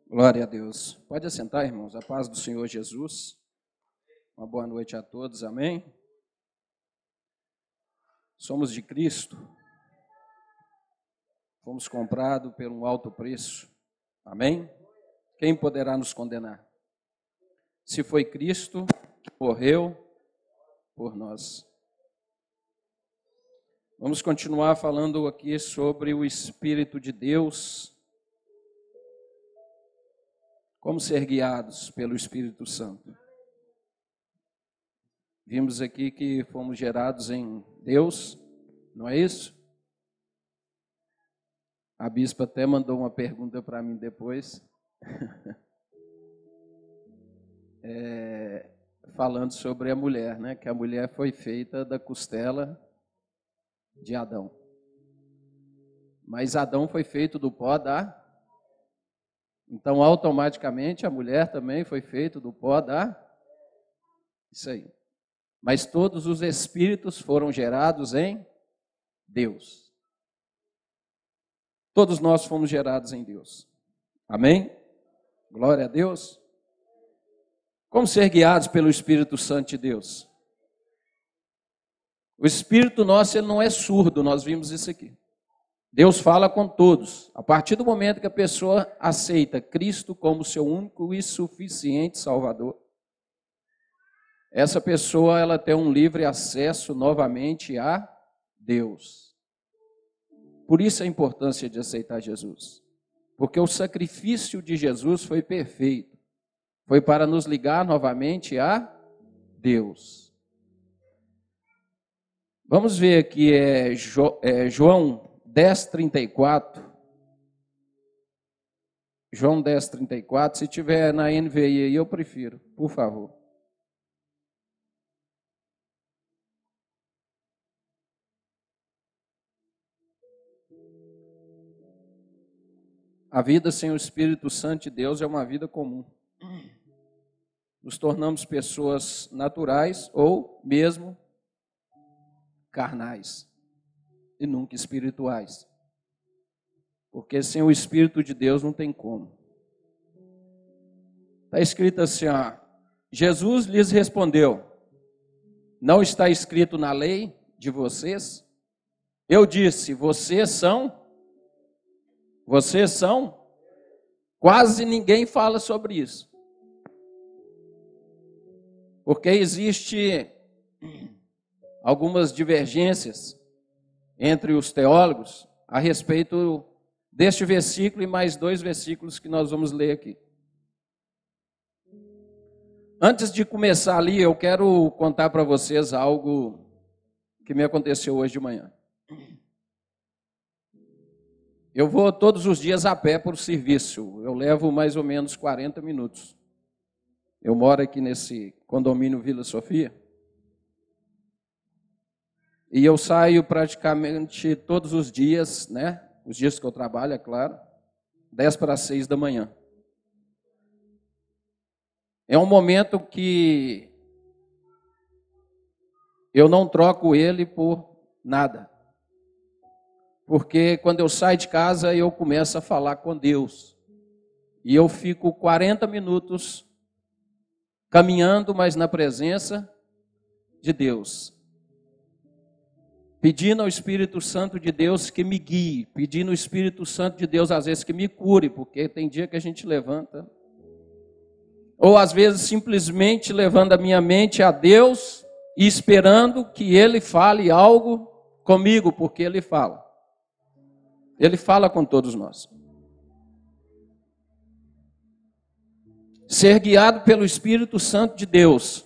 Glória a Deus. Pode assentar, irmãos. A paz do Senhor Jesus. Uma boa noite a todos. Amém? Somos de Cristo. Fomos comprados por um alto preço. Amém? Quem poderá nos condenar? Se foi Cristo que morreu por nós. Vamos continuar falando aqui sobre o Espírito de Deus. Como ser guiados pelo Espírito Santo. Vimos aqui que fomos gerados em Deus, não é isso? A bispa até mandou uma pergunta para mim depois, falando sobre a mulher, né? Que a mulher foi feita da costela de Adão. Mas Adão foi feito do pó da... Então, automaticamente, a mulher também foi feita do pó da... Isso aí. Mas todos os espíritos foram gerados em Deus. Todos nós fomos gerados em Deus. Amém? Glória a Deus. Como ser guiados pelo Espírito Santo de Deus? O Espírito nosso, ele não é surdo, nós vimos isso aqui. Deus fala com todos. A partir do momento que a pessoa aceita Cristo como seu único e suficiente Salvador, essa pessoa ela tem um livre acesso novamente a Deus. Por isso a importância de aceitar Jesus. Porque o sacrifício de Jesus foi perfeito. Foi para nos ligar novamente a Deus. Vamos ver aqui, João 10:34. João 10:34. Se tiver na NVI aí, eu prefiro, por favor. A vida sem o Espírito Santo de Deus é uma vida comum. Nos tornamos pessoas naturais ou mesmo carnais. E nunca espirituais. Porque sem o Espírito de Deus não tem como. Está escrito assim, ó, Jesus lhes respondeu, não está escrito na lei de vocês? Eu disse, vocês são? Quase ninguém fala sobre isso. Porque existe algumas divergências entre os teólogos a respeito deste versículo e mais 2 versículos que nós vamos ler aqui. Antes de começar ali, eu quero contar para vocês algo que me aconteceu hoje de manhã. Eu vou todos os dias a pé para o serviço, eu levo mais ou menos 40 minutos. Eu moro aqui nesse condomínio Vila Sofia. E eu saio praticamente todos os dias, né? Os dias que eu trabalho, é claro, 5:50 da manhã. É um momento que eu não troco ele por nada. Porque quando eu saio de casa, eu começo a falar com Deus. E eu fico 40 minutos caminhando, mas na presença de Deus. Pedindo ao Espírito Santo de Deus que me guie, pedindo ao Espírito Santo de Deus às vezes que me cure, porque tem dia que a gente levanta, ou às vezes simplesmente levando a minha mente a Deus e esperando que Ele fale algo comigo, porque Ele fala. Ele fala com todos nós. Ser guiado pelo Espírito Santo de Deus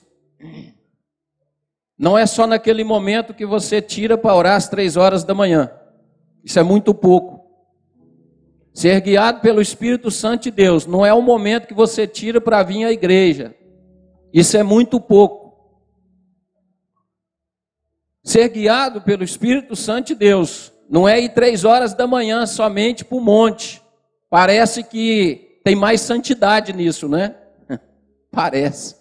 não é só naquele momento que você tira para orar às 3 horas da manhã. Isso é muito pouco. Ser guiado pelo Espírito Santo de Deus não é o momento que você tira para vir à igreja. Isso é muito pouco. Ser guiado pelo Espírito Santo de Deus não é ir 3 horas da manhã somente para o monte. Parece que tem mais santidade nisso, né? Parece.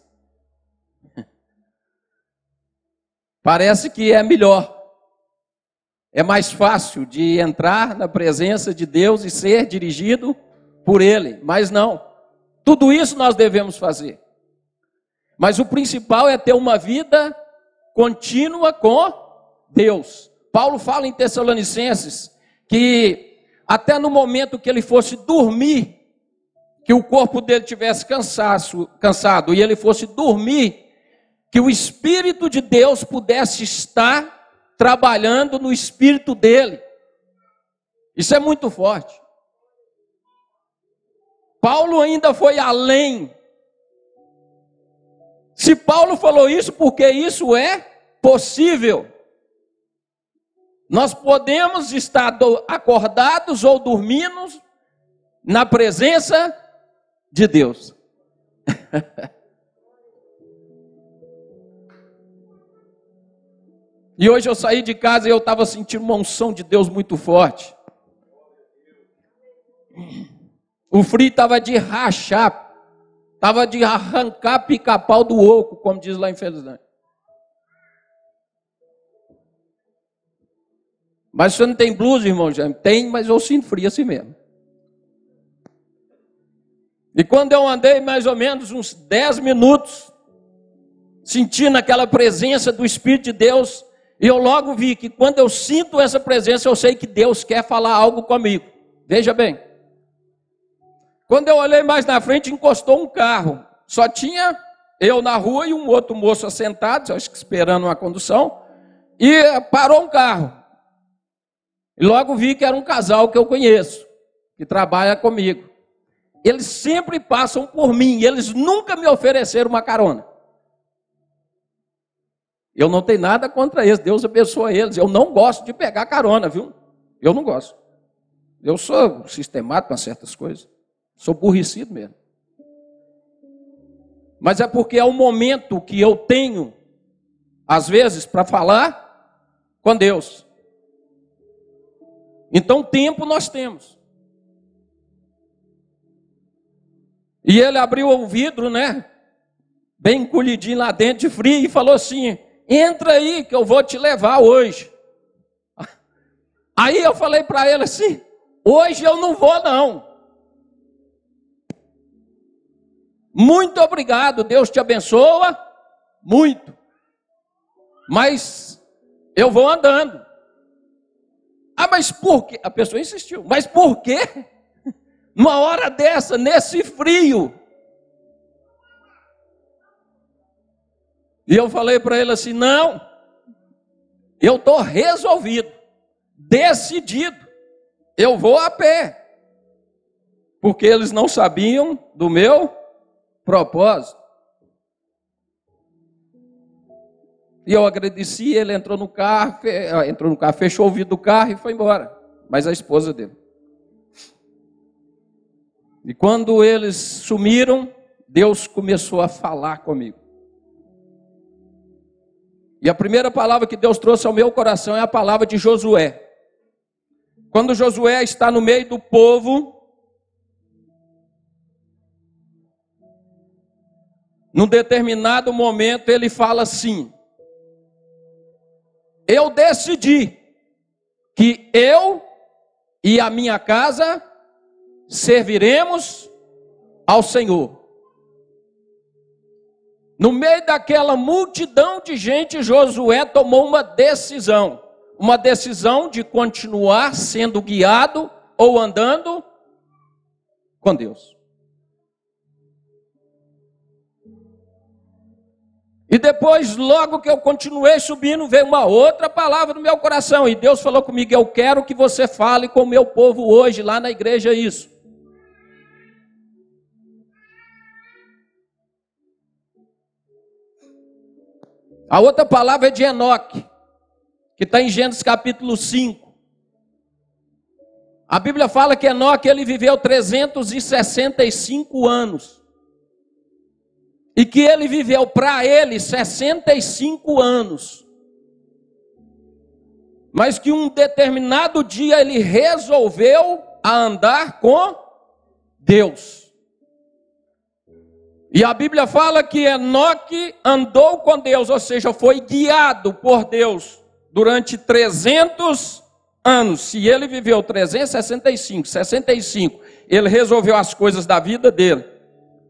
Parece que é melhor. É mais fácil de entrar na presença de Deus e ser dirigido por Ele. Mas não. Tudo isso nós devemos fazer. Mas o principal é ter uma vida contínua com Deus. Paulo fala em Tessalonicenses que até no momento que ele fosse dormir, que o corpo dele tivesse cansado e ele fosse dormir, que o Espírito de Deus pudesse estar trabalhando no espírito dele. Isso é muito forte. Paulo ainda foi além. Se Paulo falou isso, porque isso é possível. Nós podemos estar acordados ou dormindo na presença de Deus. E hoje eu saí de casa e eu estava sentindo uma unção de Deus muito forte. O frio estava de rachar. Estava de arrancar pica-pau do oco, como diz lá em Felizândia. Mas você não tem blusa, irmão? Já tem, mas eu sinto frio assim mesmo. E quando eu andei mais ou menos uns 10 minutos, sentindo aquela presença do Espírito de Deus, e eu logo vi que quando eu sinto essa presença, eu sei que Deus quer falar algo comigo. Veja bem. Quando eu olhei mais na frente, encostou um carro. Só tinha eu na rua e um outro moço assentado, acho que esperando uma condução. E parou um carro. E logo vi que era um casal que eu conheço, que trabalha comigo. Eles sempre passam por mim, eles nunca me ofereceram uma carona. Eu não tenho nada contra eles, Deus abençoa eles. Eu não gosto de pegar carona, viu? Eu não gosto. Eu sou sistemático com certas coisas. Sou aborrecido mesmo. Mas é porque é o momento que eu tenho, às vezes, para falar com Deus. Então, tempo nós temos. E ele abriu o vidro, né? Bem encolhidinho lá dentro de frio e falou assim: entra aí que eu vou te levar hoje. Aí eu falei para ele assim: hoje eu não vou não. Muito obrigado, Deus te abençoa, muito. Mas eu vou andando. Ah, mas por quê? A pessoa insistiu. Mas por quê? Numa hora dessa, nesse frio. E eu falei para ele assim: não, eu estou resolvido, decidido, eu vou a pé. Porque eles não sabiam do meu propósito. E eu agradeci, ele entrou no carro, fechou o vidro do carro e foi embora. Mas a esposa dele. E quando eles sumiram, Deus começou a falar comigo. E a primeira palavra que Deus trouxe ao meu coração é a palavra de Josué. Quando Josué está no meio do povo, num determinado momento ele fala assim: eu decidi que eu e a minha casa serviremos ao Senhor. No meio daquela multidão de gente, Josué tomou uma decisão de continuar sendo guiado ou andando com Deus. E depois, logo que eu continuei subindo, veio uma outra palavra no meu coração. E Deus falou comigo: eu quero que você fale com o meu povo hoje, lá na igreja, isso. A outra palavra é de Enoque, que está em Gênesis capítulo 5. A Bíblia fala que Enoque ele viveu 365 anos. E que ele viveu para ele 65 anos. Mas que um determinado dia ele resolveu andar com Deus. E a Bíblia fala que Enoque andou com Deus, ou seja, foi guiado por Deus durante 300 anos. Se ele viveu 365, 65, ele resolveu as coisas da vida dele.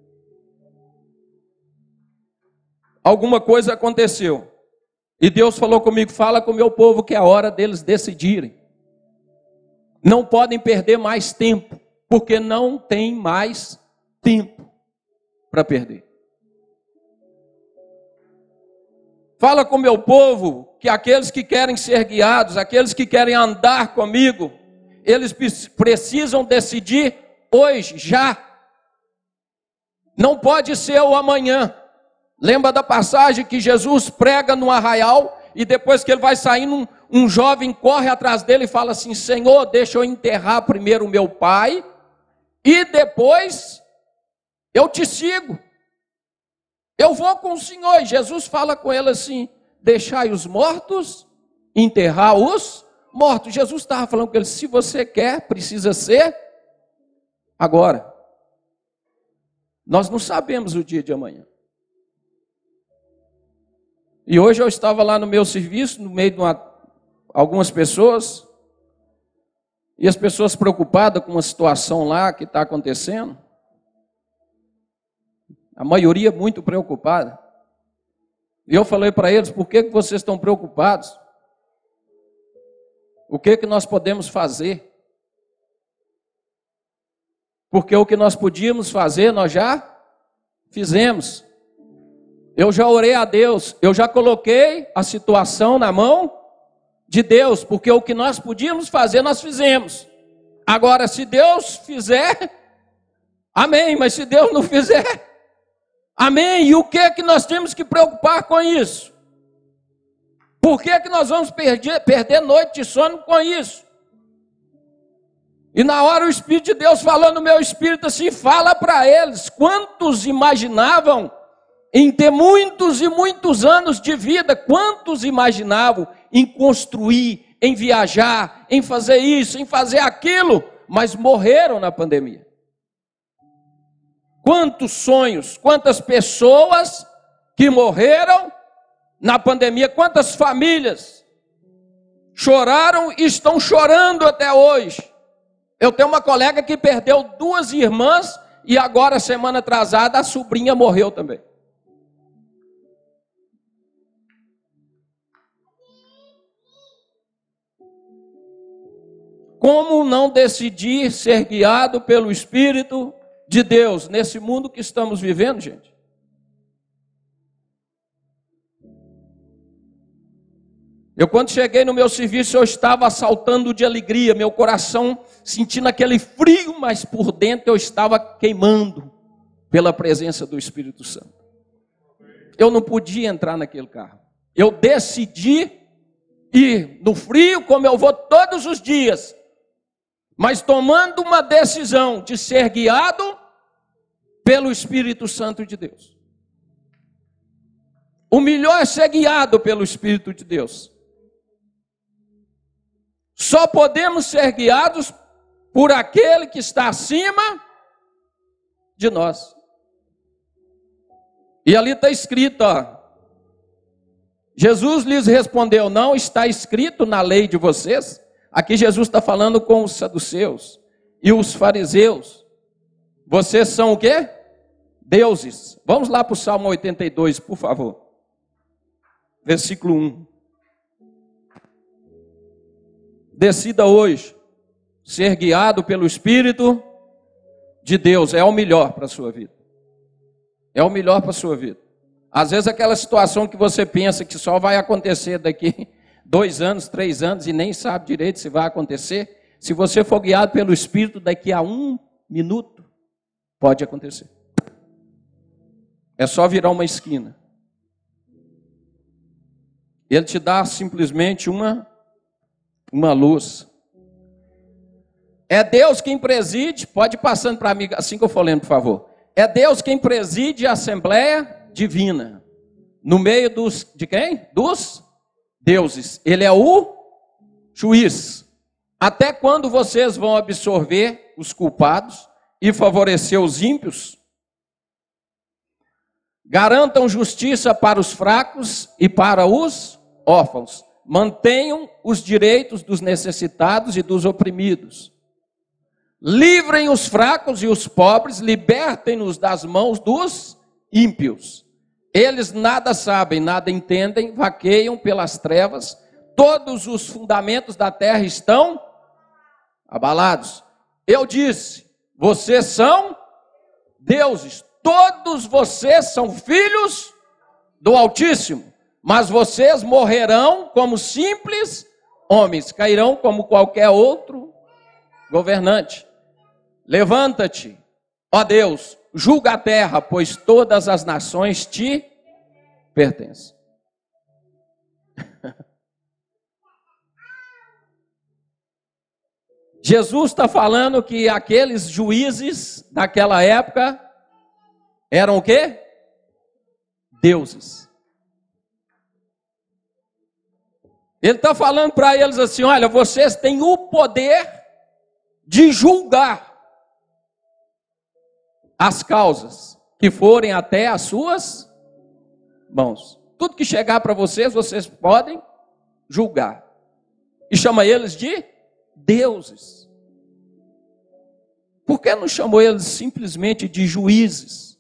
alguma coisa aconteceu. E Deus falou comigo, fala com o meu povo que é a hora deles decidirem. Não podem perder mais tempo, porque não tem mais tempo para perder. Fala com o meu povo que aqueles que querem ser guiados, aqueles que querem andar comigo, eles precisam decidir hoje, já. Não pode ser o amanhã. Lembra da passagem que Jesus prega no arraial e depois que ele vai saindo, um jovem corre atrás dele e fala assim, Senhor, deixa eu enterrar primeiro o meu pai e depois eu te sigo. Eu vou com o Senhor. E Jesus fala com ele assim, deixai os mortos, enterrar os mortos. Jesus estava falando com ele, se você quer, precisa ser agora. Nós não sabemos o dia de amanhã. E hoje eu estava lá no meu serviço, no meio de algumas pessoas, e as pessoas preocupadas com uma situação lá que está acontecendo. A maioria muito preocupada. E eu falei para eles, por que vocês estão preocupados? O que nós podemos fazer? Porque o que nós podíamos fazer, nós já fizemos. Eu já orei a Deus, eu já coloquei a situação na mão de Deus, porque o que nós podíamos fazer, nós fizemos. Agora, se Deus fizer, amém, mas se Deus não fizer, amém. E o que é que nós temos que preocupar com isso? Por que é que nós vamos perder noite de sono com isso? E na hora o Espírito de Deus falou no meu espírito assim, fala para eles, quantos imaginavam em ter muitos e muitos anos de vida, quantos imaginavam em construir, em viajar, em fazer isso, em fazer aquilo, mas morreram na pandemia. Quantos sonhos, quantas pessoas que morreram na pandemia, quantas famílias choraram e estão chorando até hoje. Eu tenho uma colega que perdeu 2 irmãs e agora, semana atrasada, a sobrinha morreu também. Como não decidir ser guiado pelo Espírito de Deus nesse mundo que estamos vivendo, gente? Eu, quando cheguei no meu serviço, eu estava saltando de alegria, meu coração sentindo aquele frio, mas por dentro eu estava queimando pela presença do Espírito Santo. Eu não podia entrar naquele carro. Eu decidi ir no frio, como eu vou todos os dias, mas tomando uma decisão de ser guiado pelo Espírito Santo de Deus. O melhor é ser guiado pelo Espírito de Deus. Só podemos ser guiados por aquele que está acima de nós. E ali está escrito, ó, Jesus lhes respondeu, não está escrito na lei de vocês? Aqui Jesus está falando com os saduceus e os fariseus. Vocês são o quê? Deuses. Vamos lá para o Salmo 82, por favor. Versículo 1. Decida hoje ser guiado pelo Espírito de Deus. É o melhor para a sua vida. É o melhor para a sua vida. Às vezes aquela situação que você pensa que só vai acontecer daqui 2 anos, 3 anos e nem sabe direito se vai acontecer. Se você for guiado pelo Espírito, daqui a 1 minuto pode acontecer. É só virar uma esquina. Ele te dá simplesmente uma luz. É Deus quem preside, pode ir passando para mim assim que eu for lendo, por favor. É Deus quem preside a Assembleia Divina. No meio de quem? Dos deuses. Ele é o juiz. Até quando vocês vão absorver os culpados e favorecer os ímpios? Garantam justiça para os fracos e para os órfãos. Mantenham os direitos dos necessitados e dos oprimidos. Livrem os fracos e os pobres, libertem-nos das mãos dos ímpios. Eles nada sabem, nada entendem, vaqueiam pelas trevas, todos os fundamentos da terra estão abalados. Eu disse, vocês são deuses, todos vocês são filhos do Altíssimo, mas vocês morrerão como simples homens, cairão como qualquer outro governante. Levanta-te, ó Deus, julga a terra, pois todas as nações te pertencem. Jesus está falando que aqueles juízes daquela época eram o quê? Deuses. Ele está falando para eles assim, olha, vocês têm o poder de julgar as causas que forem até as suas mãos. Tudo que chegar para vocês, vocês podem julgar. E chama eles de deuses. Por que não chamou eles simplesmente de juízes?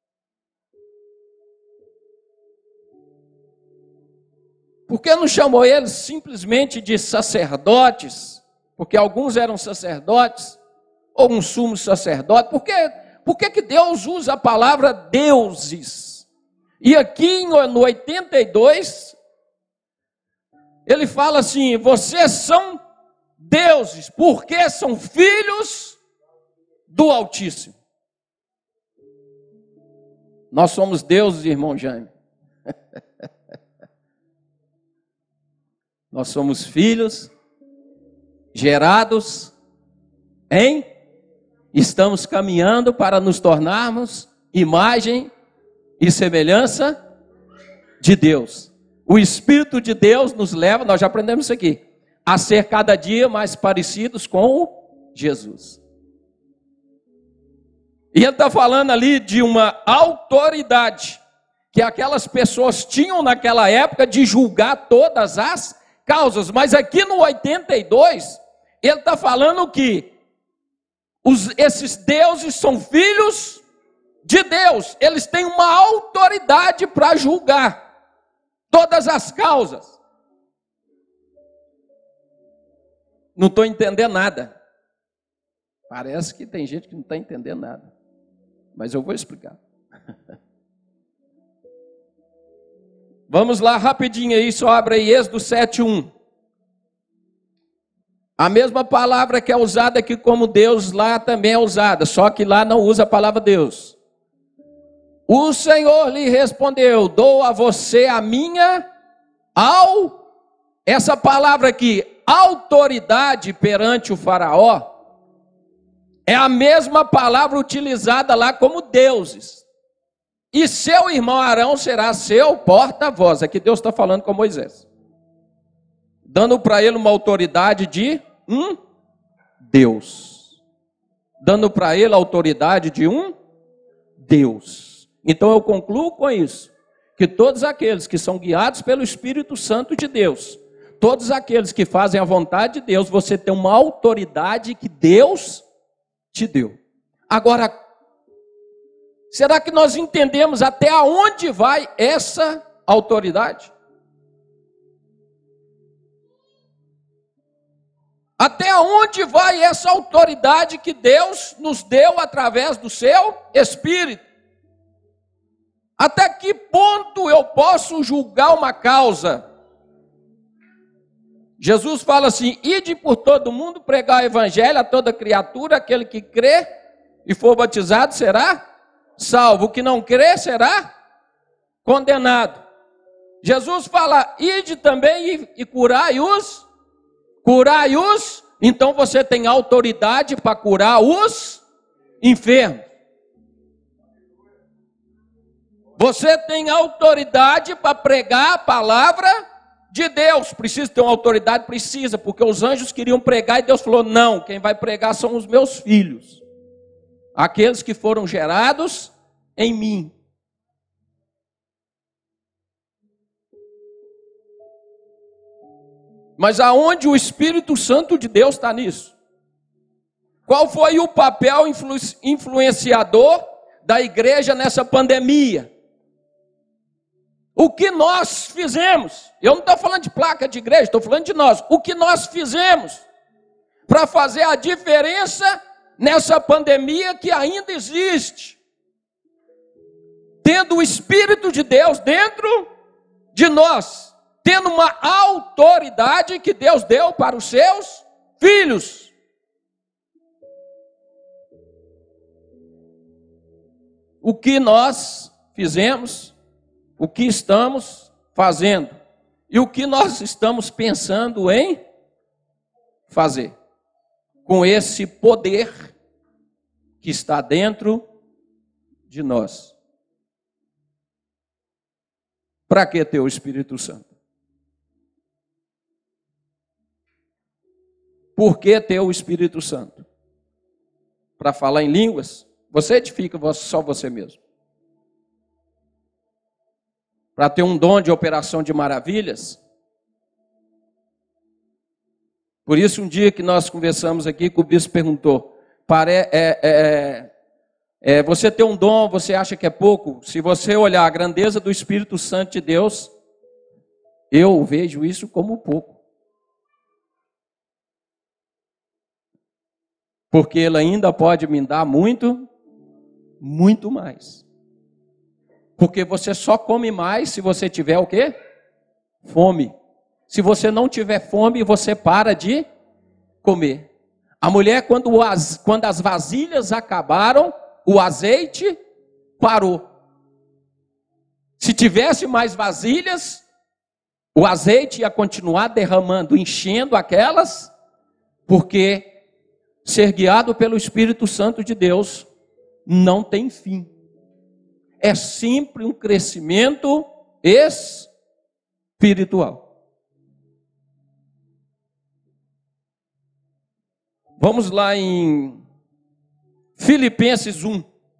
Por que não chamou eles simplesmente de sacerdotes? Porque alguns eram sacerdotes, ou um sumo sacerdote. Por que Deus usa a palavra deuses? E aqui no 82, ele fala assim, vocês são deuses, porque são filhos do Altíssimo. Nós somos deuses, irmão Jaime. Nós somos filhos gerados estamos caminhando para nos tornarmos imagem e semelhança de Deus. O Espírito de Deus nos leva, nós já aprendemos isso aqui, a ser cada dia mais parecidos com Jesus. E ele está falando ali de uma autoridade que aquelas pessoas tinham naquela época de julgar todas as causas. Mas aqui no 82, ele está falando que esses deuses são filhos de Deus. Eles têm uma autoridade para julgar todas as causas. Não estou entendendo nada. Parece que tem gente que não está entendendo nada. Mas eu vou explicar. Vamos lá rapidinho aí, só abre aí Êxodo 7:1. A mesma palavra que é usada aqui como Deus, lá também é usada, só que lá não usa a palavra Deus. O Senhor lhe respondeu, dou a você a minha essa palavra aqui, autoridade perante o faraó, é a mesma palavra utilizada lá como deuses. E seu irmão Arão será seu porta-voz. Aqui Deus está falando com Moisés, dando para ele uma autoridade de um Deus. Dando para ele a autoridade de um Deus. Então eu concluo com isso, que todos aqueles que são guiados pelo Espírito Santo de Deus, todos aqueles que fazem a vontade de Deus, você tem uma autoridade que Deus te deu. Agora, será que nós entendemos até aonde vai essa autoridade? Até onde vai essa autoridade que Deus nos deu através do seu Espírito? Até que ponto eu posso julgar uma causa? Jesus fala assim, ide por todo mundo pregar o evangelho a toda criatura, aquele que crê e for batizado será salvo, o que não crê será condenado. Jesus fala, ide também e curai-os, então você tem autoridade para curar os enfermos. Você tem autoridade para pregar a palavra de Deus. Precisa ter uma autoridade? Precisa, porque os anjos queriam pregar e Deus falou, não, quem vai pregar são os meus filhos, aqueles que foram gerados em mim. Mas aonde o Espírito Santo de Deus está nisso? Qual foi o papel influenciador da igreja nessa pandemia? O que nós fizemos? Eu não estou falando de placa de igreja, estou falando de nós. O que nós fizemos para fazer a diferença nessa pandemia que ainda existe? Tendo o Espírito de Deus dentro de nós, tendo uma autoridade que Deus deu para os seus filhos. O que nós fizemos, o que estamos fazendo e o que nós estamos pensando em fazer com esse poder que está dentro de nós. Para que ter o Espírito Santo? Por que ter o Espírito Santo? Para falar em línguas? Você edifica só você mesmo. Para ter um dom de operação de maravilhas? Por isso, um dia que nós conversamos aqui, que o bispo perguntou, você ter um dom, você acha que é pouco? Se você olhar a grandeza do Espírito Santo de Deus, eu vejo isso como pouco. Porque Ele ainda pode me dar muito, muito mais. Porque você só come mais se você tiver o quê? Fome. Se você não tiver fome, você para de comer. A mulher, quando as vasilhas acabaram, o azeite parou. Se tivesse mais vasilhas, o azeite ia continuar derramando, enchendo aquelas, porque ser guiado pelo Espírito Santo de Deus não tem fim. É sempre um crescimento espiritual. Vamos lá em Filipenses 1.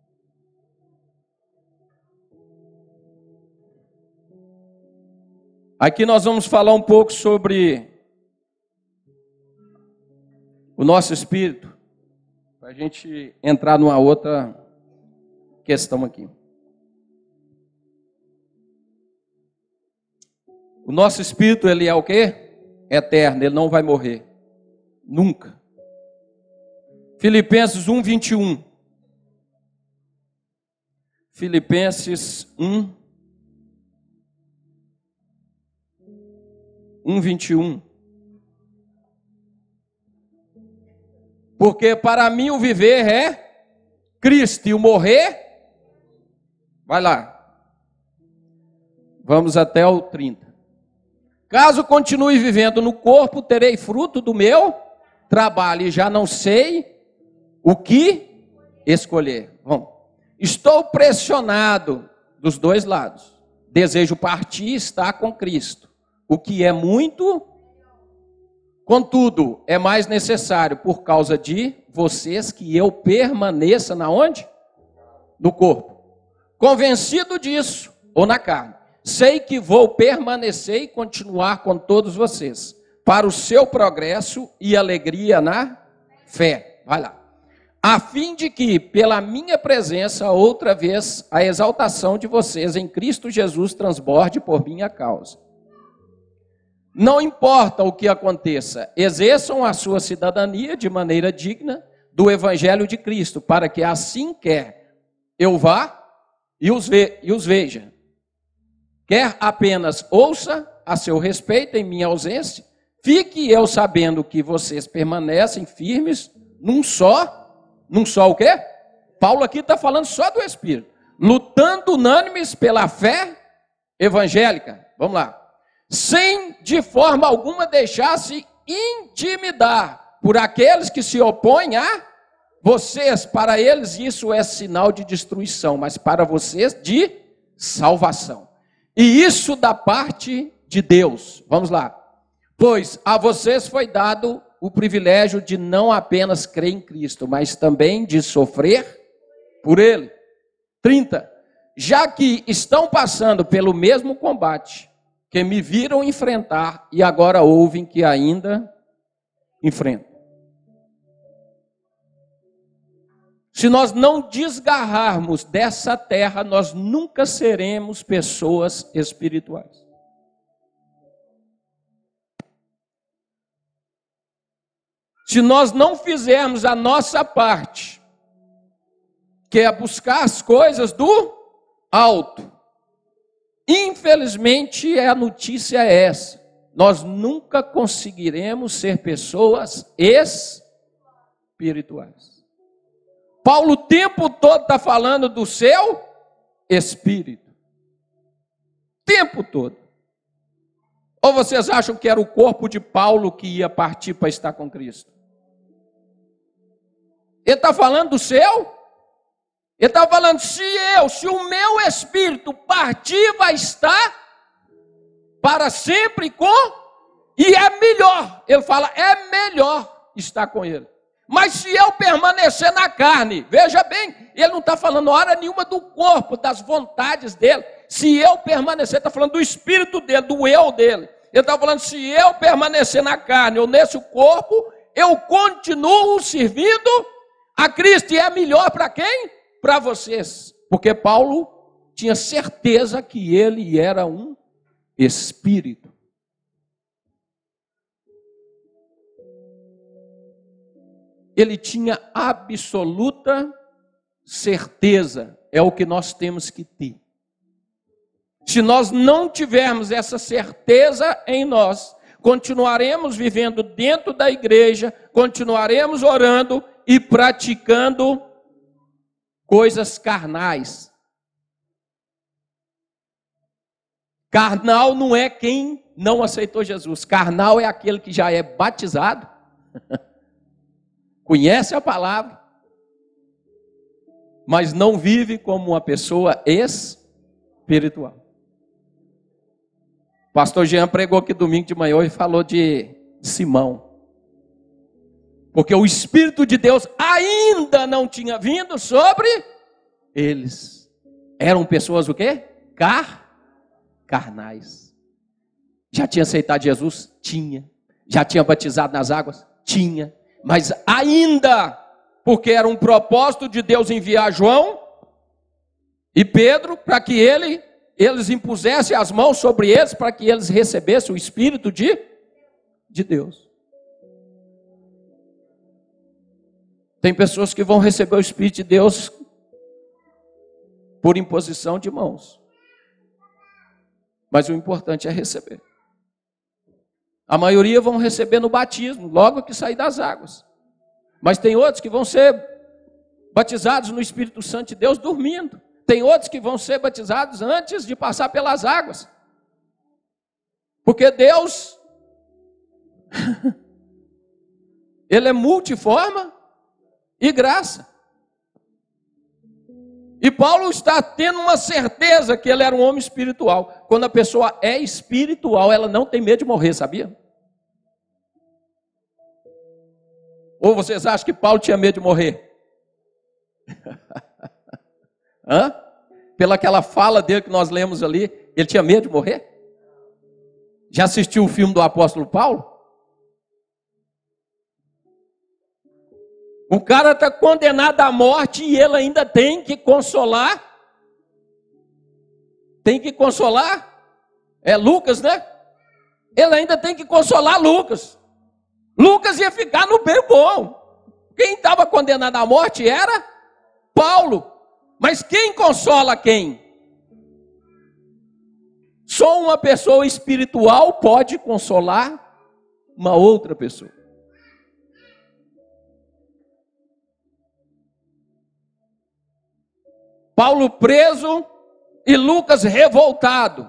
Aqui nós vamos falar um pouco sobre o nosso espírito, para a gente entrar numa outra questão aqui. O nosso espírito, ele é o quê? Eterno, ele não vai morrer. Nunca. Filipenses 1, 21. Filipenses 1, 21. Porque para mim o viver é Cristo e o morrer, vai lá. Vamos até o 30. Caso continue vivendo no corpo, terei fruto do meu trabalho e já não sei o que escolher. Bom, estou pressionado dos dois lados. Desejo partir e estar com Cristo, o que é muito. Contudo, é mais necessário por causa de vocês que eu permaneça na onde? No corpo. Convencido disso, ou na carne. Sei que vou permanecer e continuar com todos vocês, para o seu progresso e alegria na fé. Vai lá. A fim de que, pela minha presença, outra vez, a exaltação de vocês em Cristo Jesus transborde por minha causa. Não importa o que aconteça, exerçam a sua cidadania de maneira digna do Evangelho de Cristo, para que assim quer eu vá e os veja. Quer apenas ouça a seu respeito em minha ausência, fique eu sabendo que vocês permanecem firmes num só o quê? Paulo aqui está falando só do Espírito. Lutando unânimes pela fé evangélica. Vamos lá. Sem de forma alguma deixar-se intimidar por aqueles que se opõem a vocês. Para eles isso é sinal de destruição, mas para vocês de salvação. E isso da parte de Deus. Vamos lá. Pois a vocês foi dado o privilégio de não apenas crer em Cristo, mas também de sofrer por Ele. 30. Já que estão passando pelo mesmo combate que me viram enfrentar e agora ouvem que ainda enfrentam. Se nós não desgarrarmos dessa terra, nós nunca seremos pessoas espirituais. Se nós não fizermos a nossa parte, que é buscar as coisas do alto, infelizmente a notícia é essa: nós nunca conseguiremos ser pessoas espirituais. Paulo o tempo todo está falando do seu espírito. O tempo todo. Ou vocês acham que era o corpo de Paulo que ia partir para estar com Cristo? Ele está falando do seu? Ele está falando, se o meu espírito partir, vai estar para sempre com... E é melhor, ele fala, é melhor estar com ele. Mas se eu permanecer na carne, veja bem, ele não está falando hora nenhuma do corpo, das vontades dele. Se eu permanecer, está falando do espírito dele, do eu dele. Ele está falando, se eu permanecer na carne ou nesse corpo, eu continuo servindo a Cristo. E é melhor para quem? Para vocês. Porque Paulo tinha certeza que ele era um espírito. Ele tinha absoluta certeza, é o que nós temos que ter. Se nós não tivermos essa certeza em nós, continuaremos vivendo dentro da igreja, continuaremos orando e praticando coisas carnais. Carnal não é quem não aceitou Jesus, carnal é aquele que já é batizado, conhece a palavra, mas não vive como uma pessoa espiritual. O pastor Jean pregou aqui domingo de manhã e falou de Simão. Porque o Espírito de Deus ainda não tinha vindo sobre eles. Eram pessoas o quê? Carnais. Já tinha aceitado Jesus? Tinha. Já tinha batizado nas águas? Tinha. Mas ainda, porque era um propósito de Deus enviar João e Pedro para que eles impusessem as mãos sobre eles, para que eles recebessem o Espírito de Deus. Tem pessoas que vão receber o Espírito de Deus por imposição de mãos. Mas o importante é receber. A maioria vão receber no batismo, logo que sair das águas. Mas tem outros que vão ser batizados no Espírito Santo de Deus dormindo. Tem outros que vão ser batizados antes de passar pelas águas. Porque Deus, Ele é multiforma e graça. E Paulo está tendo uma certeza que ele era um homem espiritual. Quando a pessoa é espiritual, ela não tem medo de morrer, sabia? Ou vocês acham que Paulo tinha medo de morrer? Hã? Pela aquela fala dele que nós lemos ali, ele tinha medo de morrer? Já assistiu o filme do apóstolo Paulo? O cara está condenado à morte e ele ainda tem que consolar. Tem que consolar. É Lucas, né? Ele ainda tem que consolar Lucas. Lucas ia ficar no bem bom. Quem estava condenado à morte era Paulo. Mas quem consola quem? Só uma pessoa espiritual pode consolar uma outra pessoa. Paulo preso e Lucas revoltado.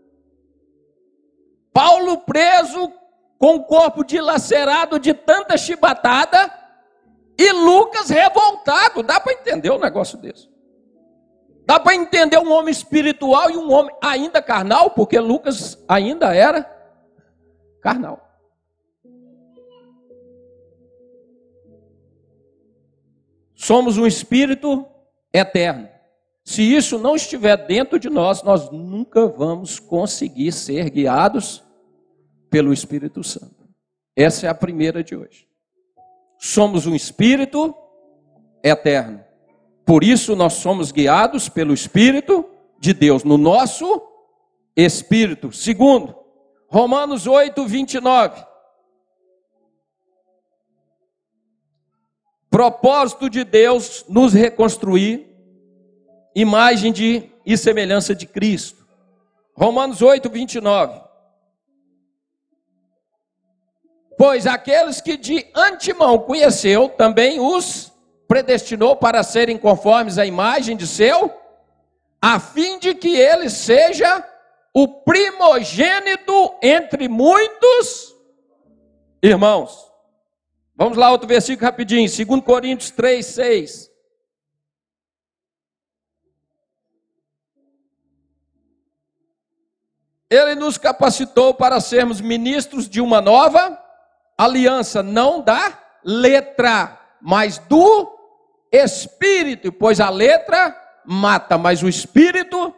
Paulo preso com o corpo dilacerado de tanta chibatada e Lucas revoltado. Dá para entender um negócio desse? Dá para entender um homem espiritual e um homem ainda carnal, porque Lucas ainda era carnal. Somos um espírito eterno. Se isso não estiver dentro de nós, nós nunca vamos conseguir ser guiados pelo Espírito Santo. Essa é a primeira de hoje. Somos um espírito eterno. Por isso nós somos guiados pelo Espírito de Deus, no nosso espírito. Segundo, Romanos 8, 29. Propósito de Deus nos reconstruir, imagem e semelhança de Cristo. Romanos 8, 29. Pois aqueles que de antemão conheceu, também os predestinou para serem conformes à imagem de seu, a fim de que ele seja o primogênito entre muitos irmãos. Vamos lá, outro versículo rapidinho, 2 Coríntios 3, 6. Ele nos capacitou para sermos ministros de uma nova aliança, não da letra, mas do Espírito, pois a letra mata, mas o Espírito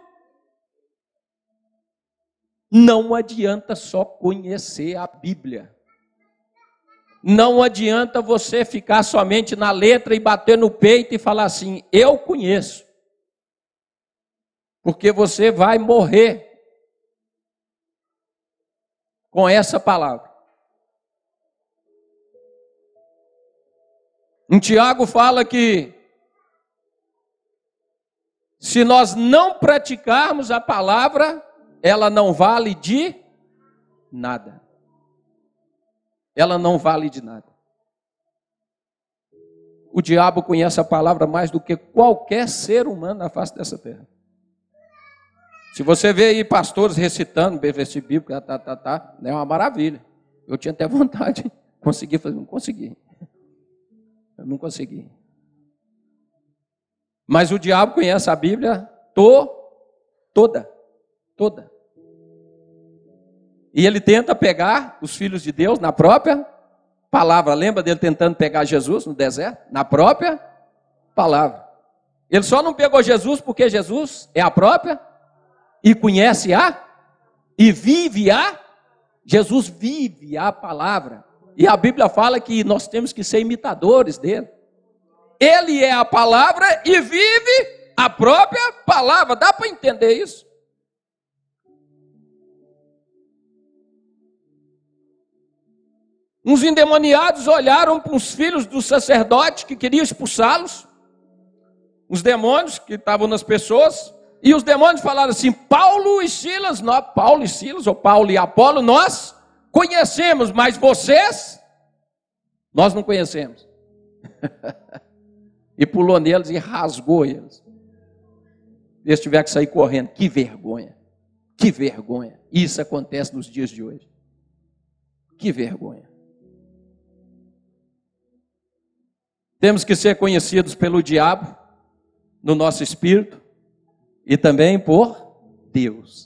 não adianta só conhecer a Bíblia. Não adianta você ficar somente na letra e bater no peito e falar assim, eu conheço. Porque você vai morrer com essa palavra. Em Tiago fala que se nós não praticarmos a palavra, ela não vale de nada. Ela não vale de nada. O diabo conhece a palavra mais do que qualquer ser humano na face dessa terra. Se você vê aí pastores recitando versículo bíblico, é uma maravilha. Eu tinha até vontade de conseguir fazer, não consegui. Eu não consegui. Mas o diabo conhece a Bíblia toda. E ele tenta pegar os filhos de Deus na própria palavra. Lembra dele tentando pegar Jesus no deserto? Na própria palavra. Ele só não pegou Jesus porque Jesus é a própria e conhece e vive Jesus vive a palavra. E a Bíblia fala que nós temos que ser imitadores dele. Ele é a palavra e vive a própria palavra. Dá para entender isso? Uns endemoniados olharam para os filhos do sacerdote que queriam expulsá-los. Os demônios que estavam nas pessoas. E os demônios falaram assim, Paulo e Silas, ou Paulo e Apolo, nós conhecemos, mas vocês, nós não conhecemos. E pulou neles e rasgou eles. Eles tiveram que sair correndo. Que vergonha. Que vergonha. Isso acontece nos dias de hoje. Que vergonha. Temos que ser conhecidos pelo diabo, no nosso espírito, e também por Deus.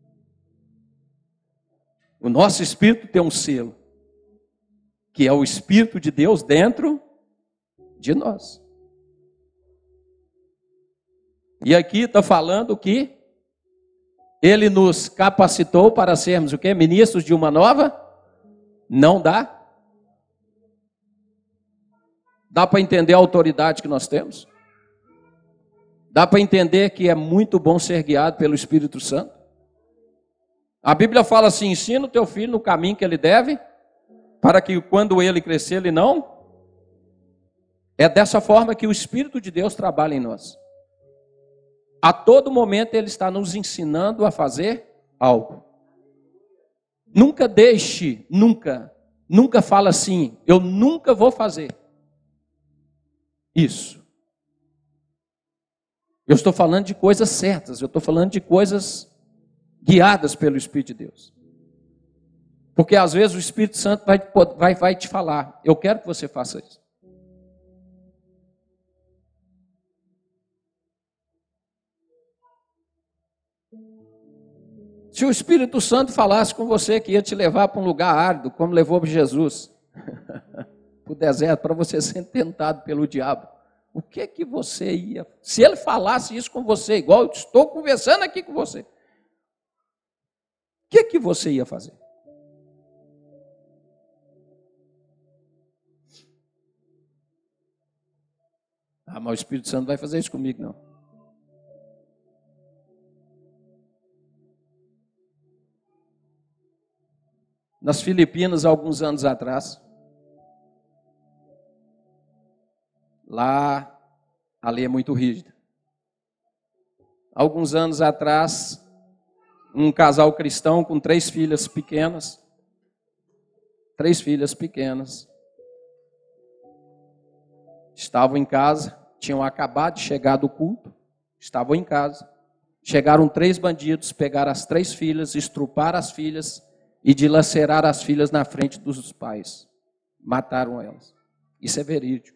O nosso espírito tem um selo, que é o Espírito de Deus dentro de nós. E aqui está falando que Ele nos capacitou para sermos o quê? Ministros de uma nova? Não dá? Dá para entender a autoridade que nós temos? Dá para entender que é muito bom ser guiado pelo Espírito Santo? A Bíblia fala assim, ensina o teu filho no caminho que ele deve, para que quando ele crescer, ele não. É dessa forma que o Espírito de Deus trabalha em nós. A todo momento ele está nos ensinando a fazer algo. Nunca deixe, nunca fala assim, eu nunca vou fazer isso. Eu estou falando de coisas certas, eu estou falando de coisas guiadas pelo Espírito de Deus. Porque às vezes o Espírito Santo vai te falar, eu quero que você faça isso. Se o Espírito Santo falasse com você que ia te levar para um lugar árido, como levou Jesus, para o deserto, para você ser tentado pelo diabo, o que você ia... Se ele falasse isso com você, igual eu estou conversando aqui com você, o que você ia fazer? Ah, mas o Espírito Santo não vai fazer isso comigo, não. Nas Filipinas, alguns anos atrás, lá a lei é muito rígida. Alguns anos atrás, um casal cristão com 3 filhas pequenas, estavam em casa, tinham acabado de chegar do culto, estavam em casa. Chegaram 3 bandidos, pegaram as 3 filhas, estruparam as filhas e dilaceraram as filhas na frente dos pais. Mataram elas. Isso é verídico.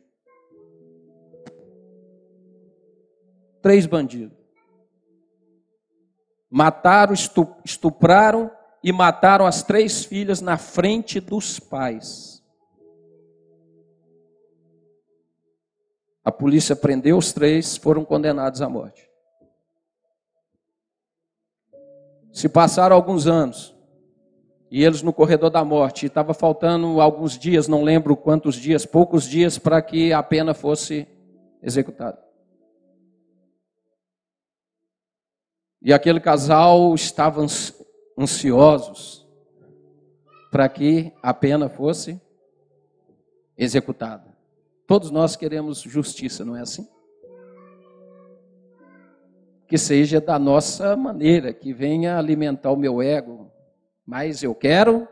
3 bandidos. Mataram, estupraram e mataram as 3 filhas na frente dos pais. A polícia prendeu os 3, foram condenados à morte. Se passaram alguns anos, e eles no corredor da morte, e estava faltando alguns dias, não lembro quantos dias, poucos dias, para que a pena fosse executada. E aquele casal estava ansiosos para que a pena fosse executada. Todos nós queremos justiça, não é assim? Que seja da nossa maneira, que venha alimentar o meu ego. Mas eu quero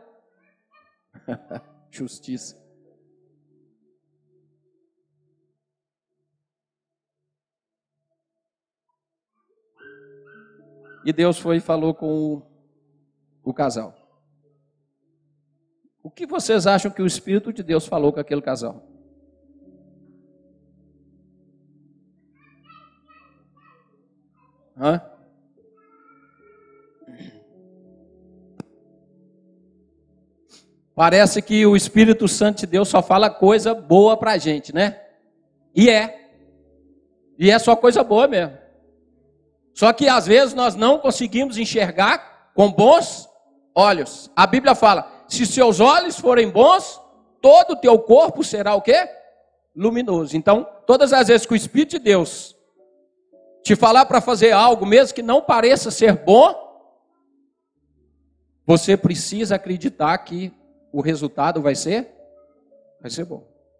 justiça. E Deus foi e falou com o casal. O que vocês acham que o Espírito de Deus falou com aquele casal? Hã? Parece que o Espírito Santo de Deus só fala coisa boa pra gente, né? E é só coisa boa mesmo. Só que às vezes nós não conseguimos enxergar com bons olhos. A Bíblia fala, se seus olhos forem bons, todo o teu corpo será o quê? Luminoso. Então, todas as vezes que o Espírito de Deus te falar para fazer algo, mesmo que não pareça ser bom, você precisa acreditar que o resultado vai ser bom.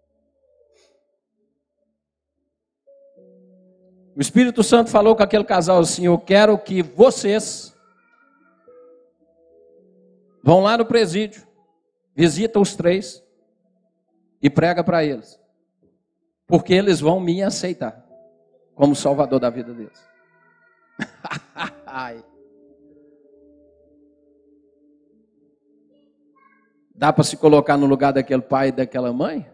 O Espírito Santo falou com aquele casal assim, eu quero que vocês vão lá no presídio, visita os 3 e prega para eles, porque eles vão me aceitar como salvador da vida deles. Dá para se colocar no lugar daquele pai e daquela mãe?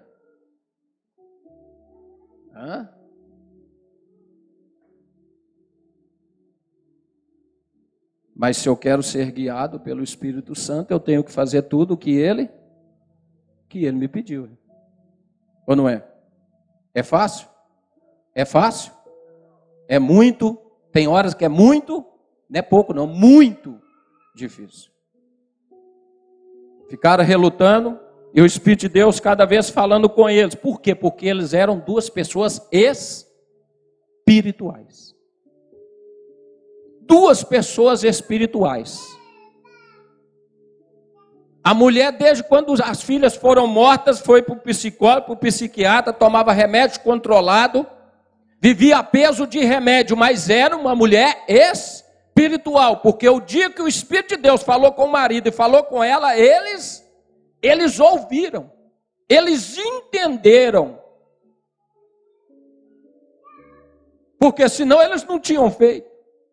Hã? Mas se eu quero ser guiado pelo Espírito Santo, eu tenho que fazer tudo o que ele me pediu. Ou não é? É fácil? É fácil? É muito, tem horas que é muito, não é pouco não, muito difícil. Ficaram relutando e o Espírito de Deus cada vez falando com eles. Por quê? Porque eles eram 2 pessoas espirituais. 2 pessoas espirituais. A mulher, desde quando as filhas foram mortas, foi para o psicólogo, para o psiquiatra, tomava remédio controlado, vivia a peso de remédio, mas era uma mulher espiritual, porque o dia que o Espírito de Deus falou com o marido e falou com ela, eles ouviram, eles entenderam, porque senão eles não tinham feito.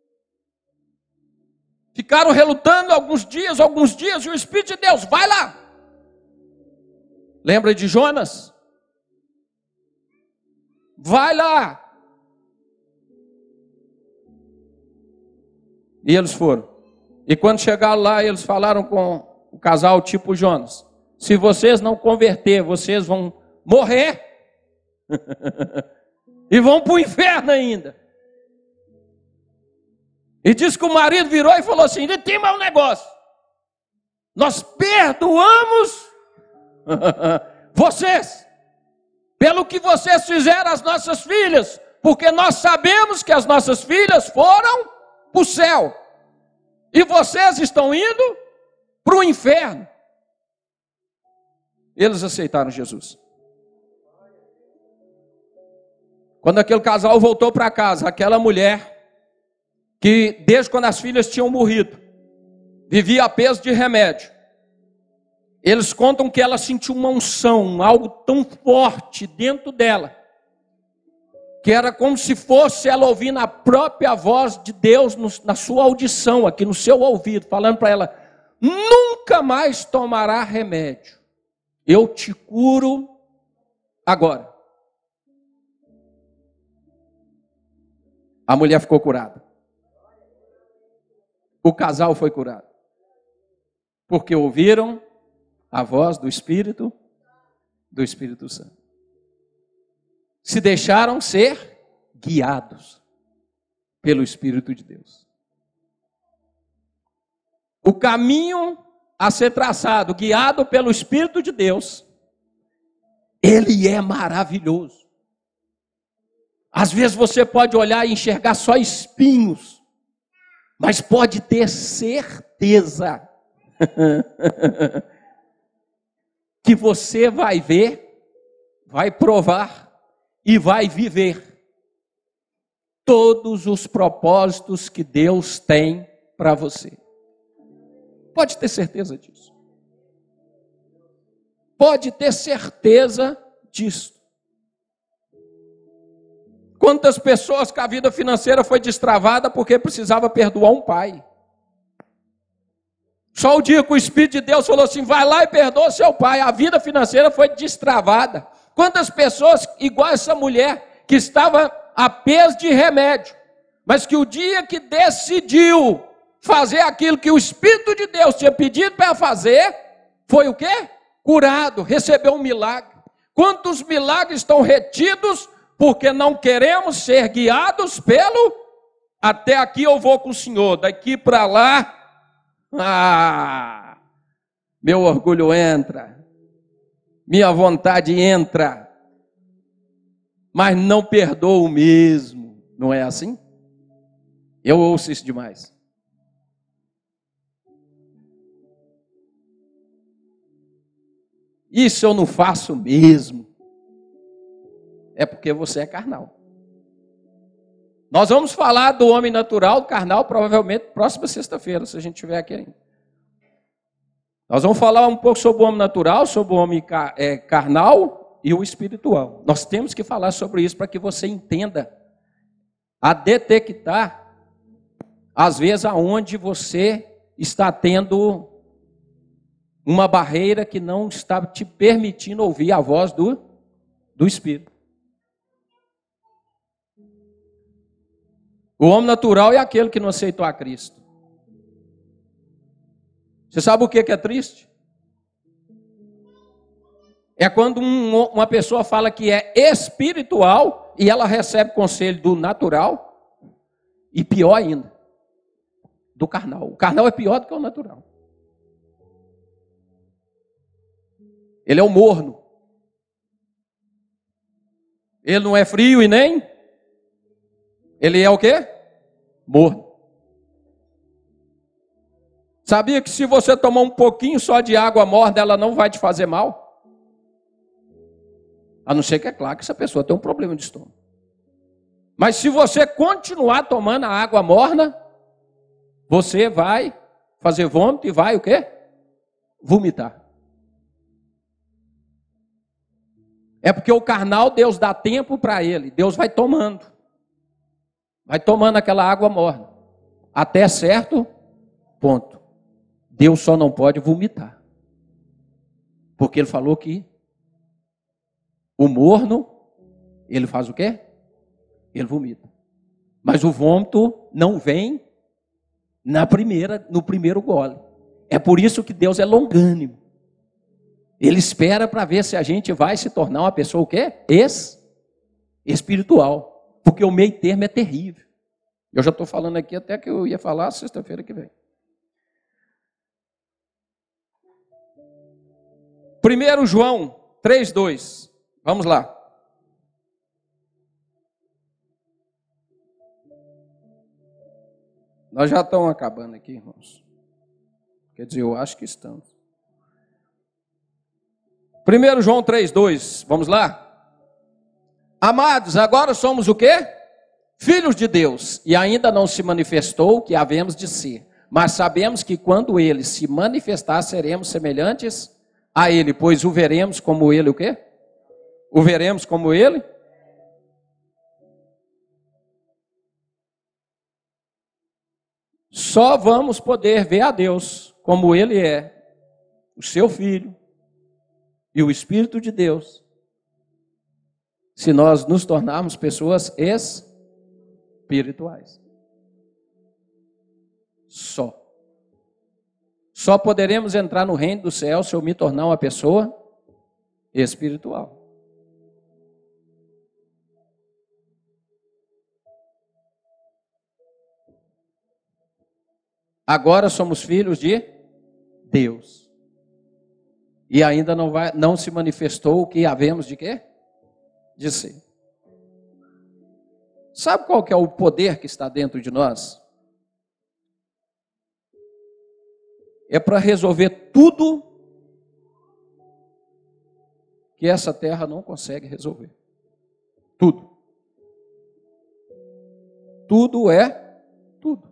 Ficaram relutando alguns dias, e o Espírito de Deus, vai lá. Lembra de Jonas? Vai lá. E eles foram. E quando chegaram lá, eles falaram com o casal tipo Jonas. Se vocês não converter, vocês vão morrer. E vão para o inferno ainda. E diz que o marido virou e falou assim, tem mais um negócio. Nós perdoamos vocês. pelo que vocês fizeram às nossas filhas, porque nós sabemos que as nossas filhas foram para o céu, e vocês estão indo para o inferno. Eles aceitaram Jesus. Quando aquele casal voltou para casa, aquela mulher, que desde quando as filhas tinham morrido, vivia a peso de remédio, eles contam que ela sentiu uma unção, algo tão forte dentro dela, que era como se fosse ela ouvindo a própria voz de Deus na sua audição, aqui no seu ouvido, falando para ela: nunca mais tomará remédio, eu te curo agora. A mulher ficou curada. O casal foi curado. Porque ouviram a voz do Espírito Santo. Se deixaram ser guiados pelo Espírito de Deus. O caminho a ser traçado, guiado pelo Espírito de Deus, ele é maravilhoso. Às vezes você pode olhar e enxergar só espinhos, mas pode ter certeza que você vai ver, vai provar e vai viver todos os propósitos que Deus tem para você. Pode ter certeza disso. Pode ter certeza disso. Quantas pessoas que a vida financeira foi destravada porque precisava perdoar um pai. Só o dia que o Espírito de Deus falou assim: vai lá e perdoa seu pai, a vida financeira foi destravada. Quantas pessoas, igual essa mulher, que estava a peso de remédio, mas que o dia que decidiu fazer aquilo que o Espírito de Deus tinha pedido para fazer, foi o quê? Curado, recebeu um milagre. Quantos milagres estão retidos porque não queremos ser guiados pelo até aqui eu vou com o Senhor, daqui para lá, meu orgulho entra, minha vontade entra, mas não perdoo mesmo, não é assim? Eu ouço isso demais. Isso eu não faço mesmo. É porque você é carnal. Nós vamos falar do homem natural, do carnal, provavelmente próxima sexta-feira, se a gente estiver aqui ainda. Nós vamos falar um pouco sobre o homem natural, sobre o homem carnal e o espiritual. Nós temos que falar sobre isso para que você entenda a detectar, às vezes, aonde você está tendo uma barreira que não está te permitindo ouvir a voz do Espírito. O homem natural é aquele que não aceitou a Cristo. Você sabe o que é triste? É quando uma pessoa fala que é espiritual e ela recebe conselho do natural e pior ainda, do carnal. O carnal é pior do que o natural. Ele é o morno. Ele não é frio e nem... Ele é o quê? Morno. Sabia que se você tomar um pouquinho só de água morna, ela não vai te fazer mal? A não ser que é claro que essa pessoa tem um problema de estômago. Mas se você continuar tomando a água morna, você vai fazer vômito e vai o quê? Vomitar. É porque o carnal, Deus dá tempo para ele. Deus vai tomando. Vai tomando aquela água morna. Até certo ponto. Deus só não pode vomitar. Porque ele falou que o morno, ele faz o quê? Ele vomita. Mas o vômito não vem no primeiro gole. É por isso que Deus é longânimo. Ele espera para ver se a gente vai se tornar uma pessoa o quê? Espiritual. Porque o meio termo é terrível. Eu já estou falando aqui até que eu ia falar sexta-feira que vem. 1 João 3,2. Vamos lá. Nós já estamos acabando aqui, irmãos. Quer dizer, eu acho que estamos. 1 João 3,2, vamos lá? Amados, agora somos o quê? Filhos de Deus, e ainda não se manifestou o que havemos de ser. Mas sabemos que quando Ele se manifestar, seremos semelhantes a Ele, pois o veremos como Ele o quê? O veremos como Ele? Só vamos poder ver a Deus como Ele é, o seu Filho e o Espírito de Deus, se nós nos tornarmos pessoas espirituais. Só poderemos entrar no reino do céu se eu me tornar uma pessoa espiritual. Agora somos filhos de Deus. E ainda não se manifestou o que havemos de quê? De ser. Sabe qual que é o poder que está dentro de nós? É para resolver tudo que essa terra não consegue resolver. Tudo. Tudo é tudo.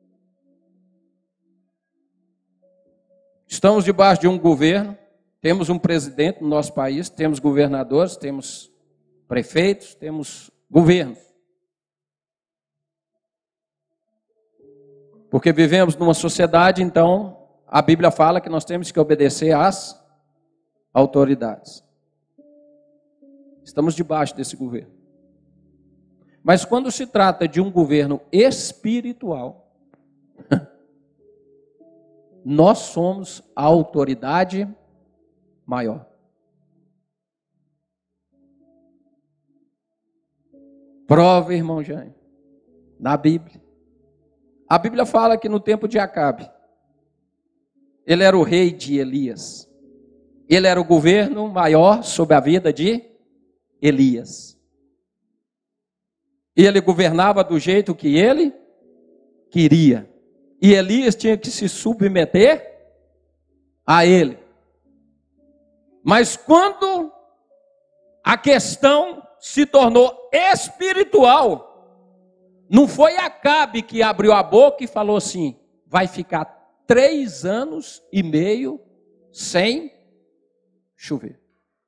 Estamos debaixo de um governo, temos um presidente no nosso país, temos governadores, temos prefeitos, temos governos. Porque vivemos numa sociedade, então, a Bíblia fala que nós temos que obedecer às autoridades. Estamos debaixo desse governo. Mas quando se trata de um governo espiritual, nós somos a autoridade maior. Prova, irmão Jânio, na Bíblia. A Bíblia fala que no tempo de Acabe, ele era o rei de Elias. Ele era o governo maior sobre a vida de Elias. E ele governava do jeito que ele queria. E Elias tinha que se submeter a ele. Mas quando a questão se tornou espiritual, não foi Acabe que abriu a boca e falou assim: vai ficar 3 anos e meio sem chover.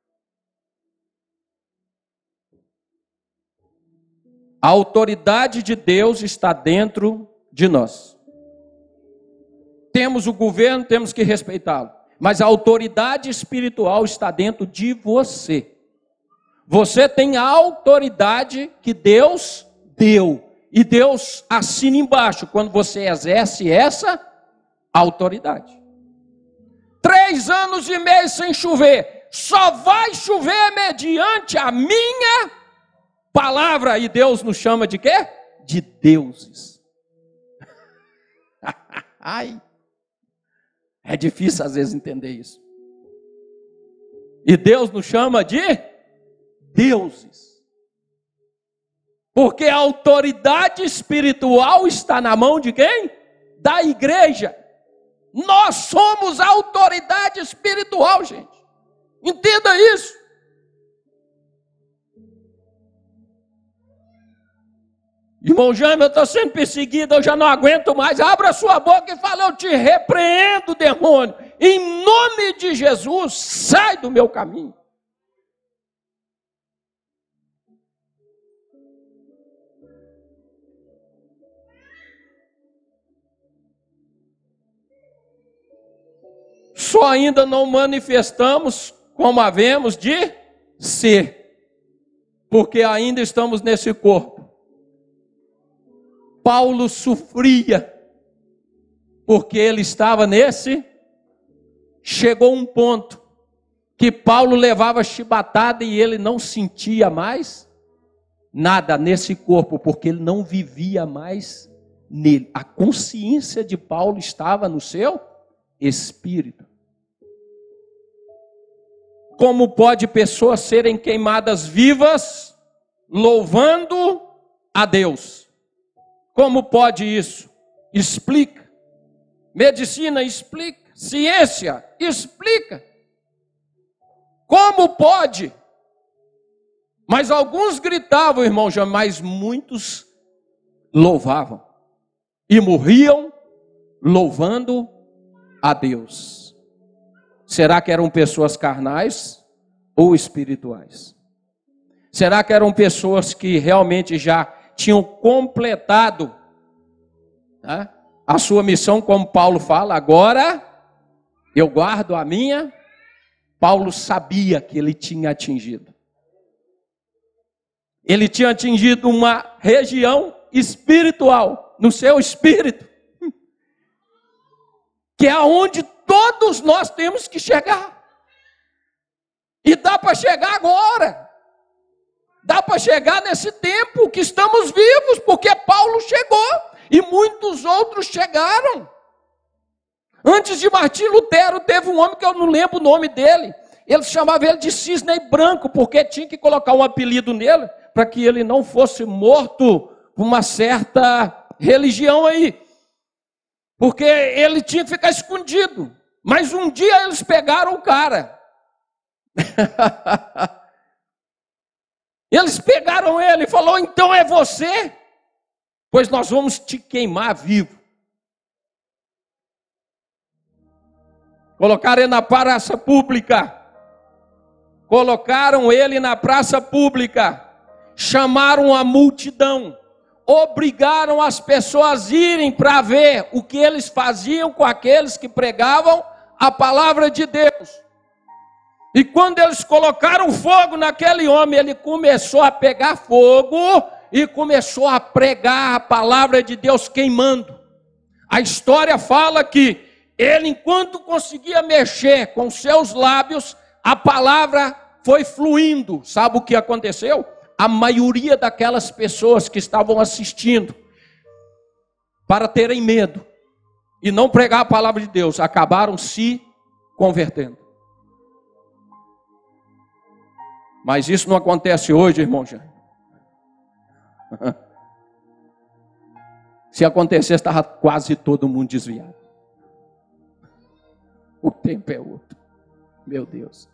A autoridade de Deus está dentro de nós. Temos o governo, temos que respeitá-lo. Mas a autoridade espiritual está dentro de você. Você tem a autoridade que Deus deu. E Deus assina embaixo quando você exerce essa autoridade. 3 anos e meio sem chover. Só vai chover mediante a minha palavra. E Deus nos chama de quê? De deuses. Ai. É difícil às vezes entender isso. E Deus nos chama de deuses. Porque a autoridade espiritual está na mão de quem? Da igreja. Nós somos a autoridade espiritual, gente. Entenda isso. Irmão Jaime, eu estou sendo perseguido, eu já não aguento mais. Abra a sua boca e fala: eu te repreendo, demônio. Em nome de Jesus, sai do meu caminho. Só ainda não manifestamos como havemos de ser, porque ainda estamos nesse corpo. Paulo sofria, porque ele estava nesse. Chegou um ponto que Paulo levava chibatada e ele não sentia mais nada nesse corpo, porque ele não vivia mais nele. A consciência de Paulo estava no seu espírito. Como pode pessoas serem queimadas vivas, louvando a Deus? Como pode isso? explica. Medicina explica. Ciência explica. Como pode? Mas alguns gritavam, irmão Jean, mas muitos louvavam. E morriam louvando a Deus. Será que eram pessoas carnais ou espirituais? Será que eram pessoas que realmente já tinham completado, né, a sua missão, como Paulo fala, agora eu guardo a minha? Paulo sabia que ele tinha atingido. Ele tinha atingido uma região espiritual, no seu espírito, que é aonde todos nós temos que chegar. E dá para chegar agora. Dá para chegar nesse tempo que estamos vivos, porque Paulo chegou e muitos outros chegaram. Antes de Martim Lutero, teve um homem que eu não lembro o nome dele. Ele chamava ele de cisne branco, porque tinha que colocar um apelido nele, para que ele não fosse morto por uma certa religião aí. Porque ele tinha que ficar escondido. Mas um dia eles pegaram o cara. Eles pegaram ele e falaram, então é você? Pois nós vamos te queimar vivo. Colocaram ele na praça pública. Colocaram ele na praça pública. Chamaram a multidão. Obrigaram as pessoas a irem para ver o que eles faziam com aqueles que pregavam a palavra de Deus. E quando eles colocaram fogo naquele homem, ele começou a pegar fogo e começou a pregar a palavra de Deus queimando. A história fala que ele, enquanto conseguia mexer com seus lábios, a palavra foi fluindo. Sabe o que aconteceu? A maioria daquelas pessoas que estavam assistindo, para terem medo e não pregar a palavra de Deus, acabaram se convertendo. Mas isso não acontece hoje, irmão Jean. Se acontecesse, estava quase todo mundo desviado. O tempo é outro. Meu Deus.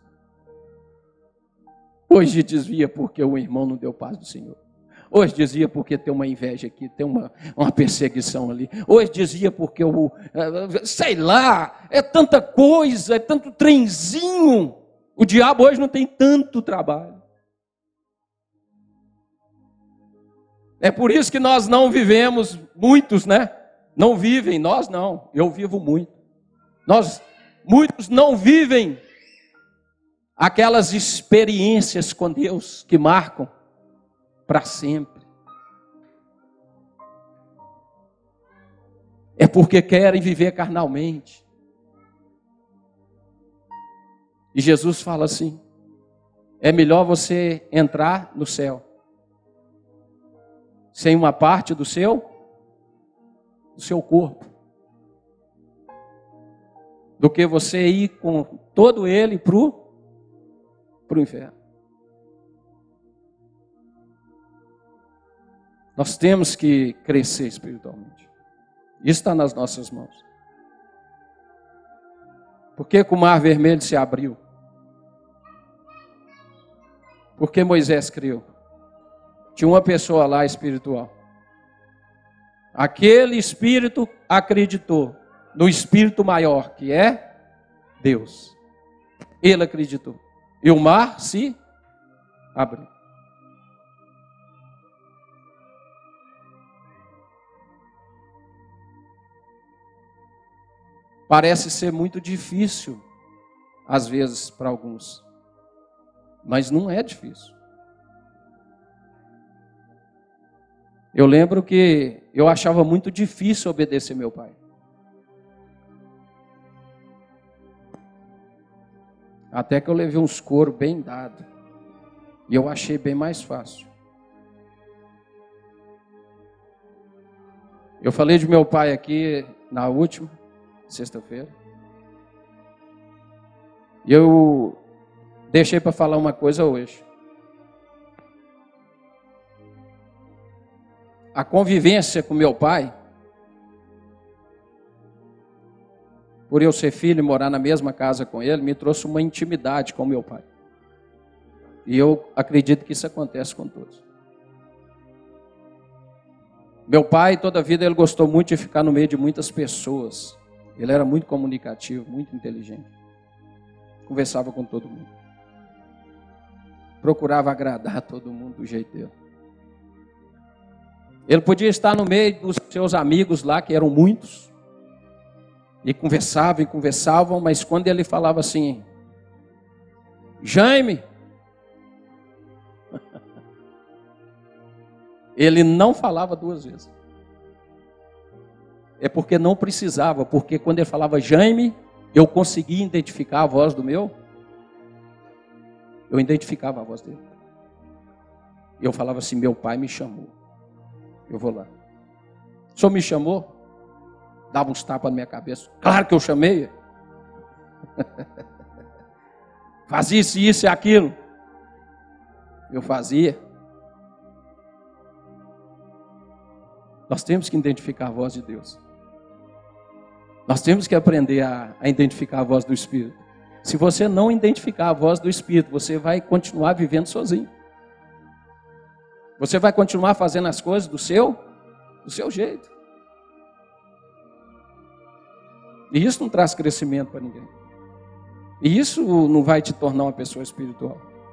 Hoje desvia porque o irmão não deu paz do Senhor. Hoje desvia porque tem uma inveja aqui, tem uma perseguição ali. Hoje desvia porque sei lá, é tanta coisa, é tanto trenzinho. O diabo hoje não tem tanto trabalho. É por isso que nós não vivemos, muitos, né? Não vivem, nós não, eu vivo muito. Muitos não vivem aquelas experiências com Deus que marcam para sempre. É porque querem viver carnalmente. E Jesus fala assim, é melhor você entrar no céu sem uma parte do seu corpo, do que você ir com todo ele para o inferno. Nós temos que crescer espiritualmente. Isso está nas nossas mãos. Por que o mar vermelho se abriu? Porque Moisés criou. Tinha uma pessoa lá espiritual. Aquele espírito acreditou no espírito maior, que é Deus. Ele acreditou. E o mar se abriu. Parece ser muito difícil, às vezes, para alguns. Mas não é difícil. Eu lembro que eu achava muito difícil obedecer meu pai. Até que eu levei uns coros bem dados. E eu achei bem mais fácil. Eu falei de meu pai aqui na última sexta-feira. E eu deixei para falar uma coisa hoje. A convivência com meu pai por eu ser filho e morar na mesma casa com ele, me trouxe uma intimidade com meu pai. E eu acredito que isso acontece com todos. Meu pai, toda a vida, ele gostou muito de ficar no meio de muitas pessoas. Ele era muito comunicativo, muito inteligente. Conversava com todo mundo. Procurava agradar todo mundo do jeito dele. Ele podia estar no meio dos seus amigos lá, que eram muitos. E conversavam, mas quando ele falava assim, Jaime, ele não falava duas vezes. É porque não precisava, porque quando ele falava Jaime, eu conseguia identificar a voz do meu. Eu identificava a voz dele. Eu falava assim, meu pai me chamou. Eu vou lá. O senhor me chamou? Dava uns tapas na minha cabeça. Claro que eu chamei. Fazia isso e aquilo. Eu fazia. Nós temos que identificar a voz de Deus. Nós temos que aprender a identificar a voz do Espírito. Se você não identificar a voz do Espírito, você vai continuar vivendo sozinho. Você vai continuar fazendo as coisas do seu jeito. E isso não traz crescimento para ninguém. E isso não vai te tornar uma pessoa espiritual.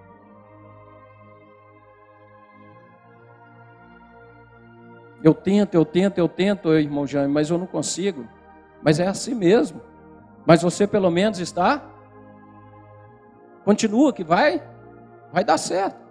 Eu tento, irmão Jaime, mas eu não consigo. Mas é assim mesmo. Mas você pelo menos está. Continua que vai dar certo.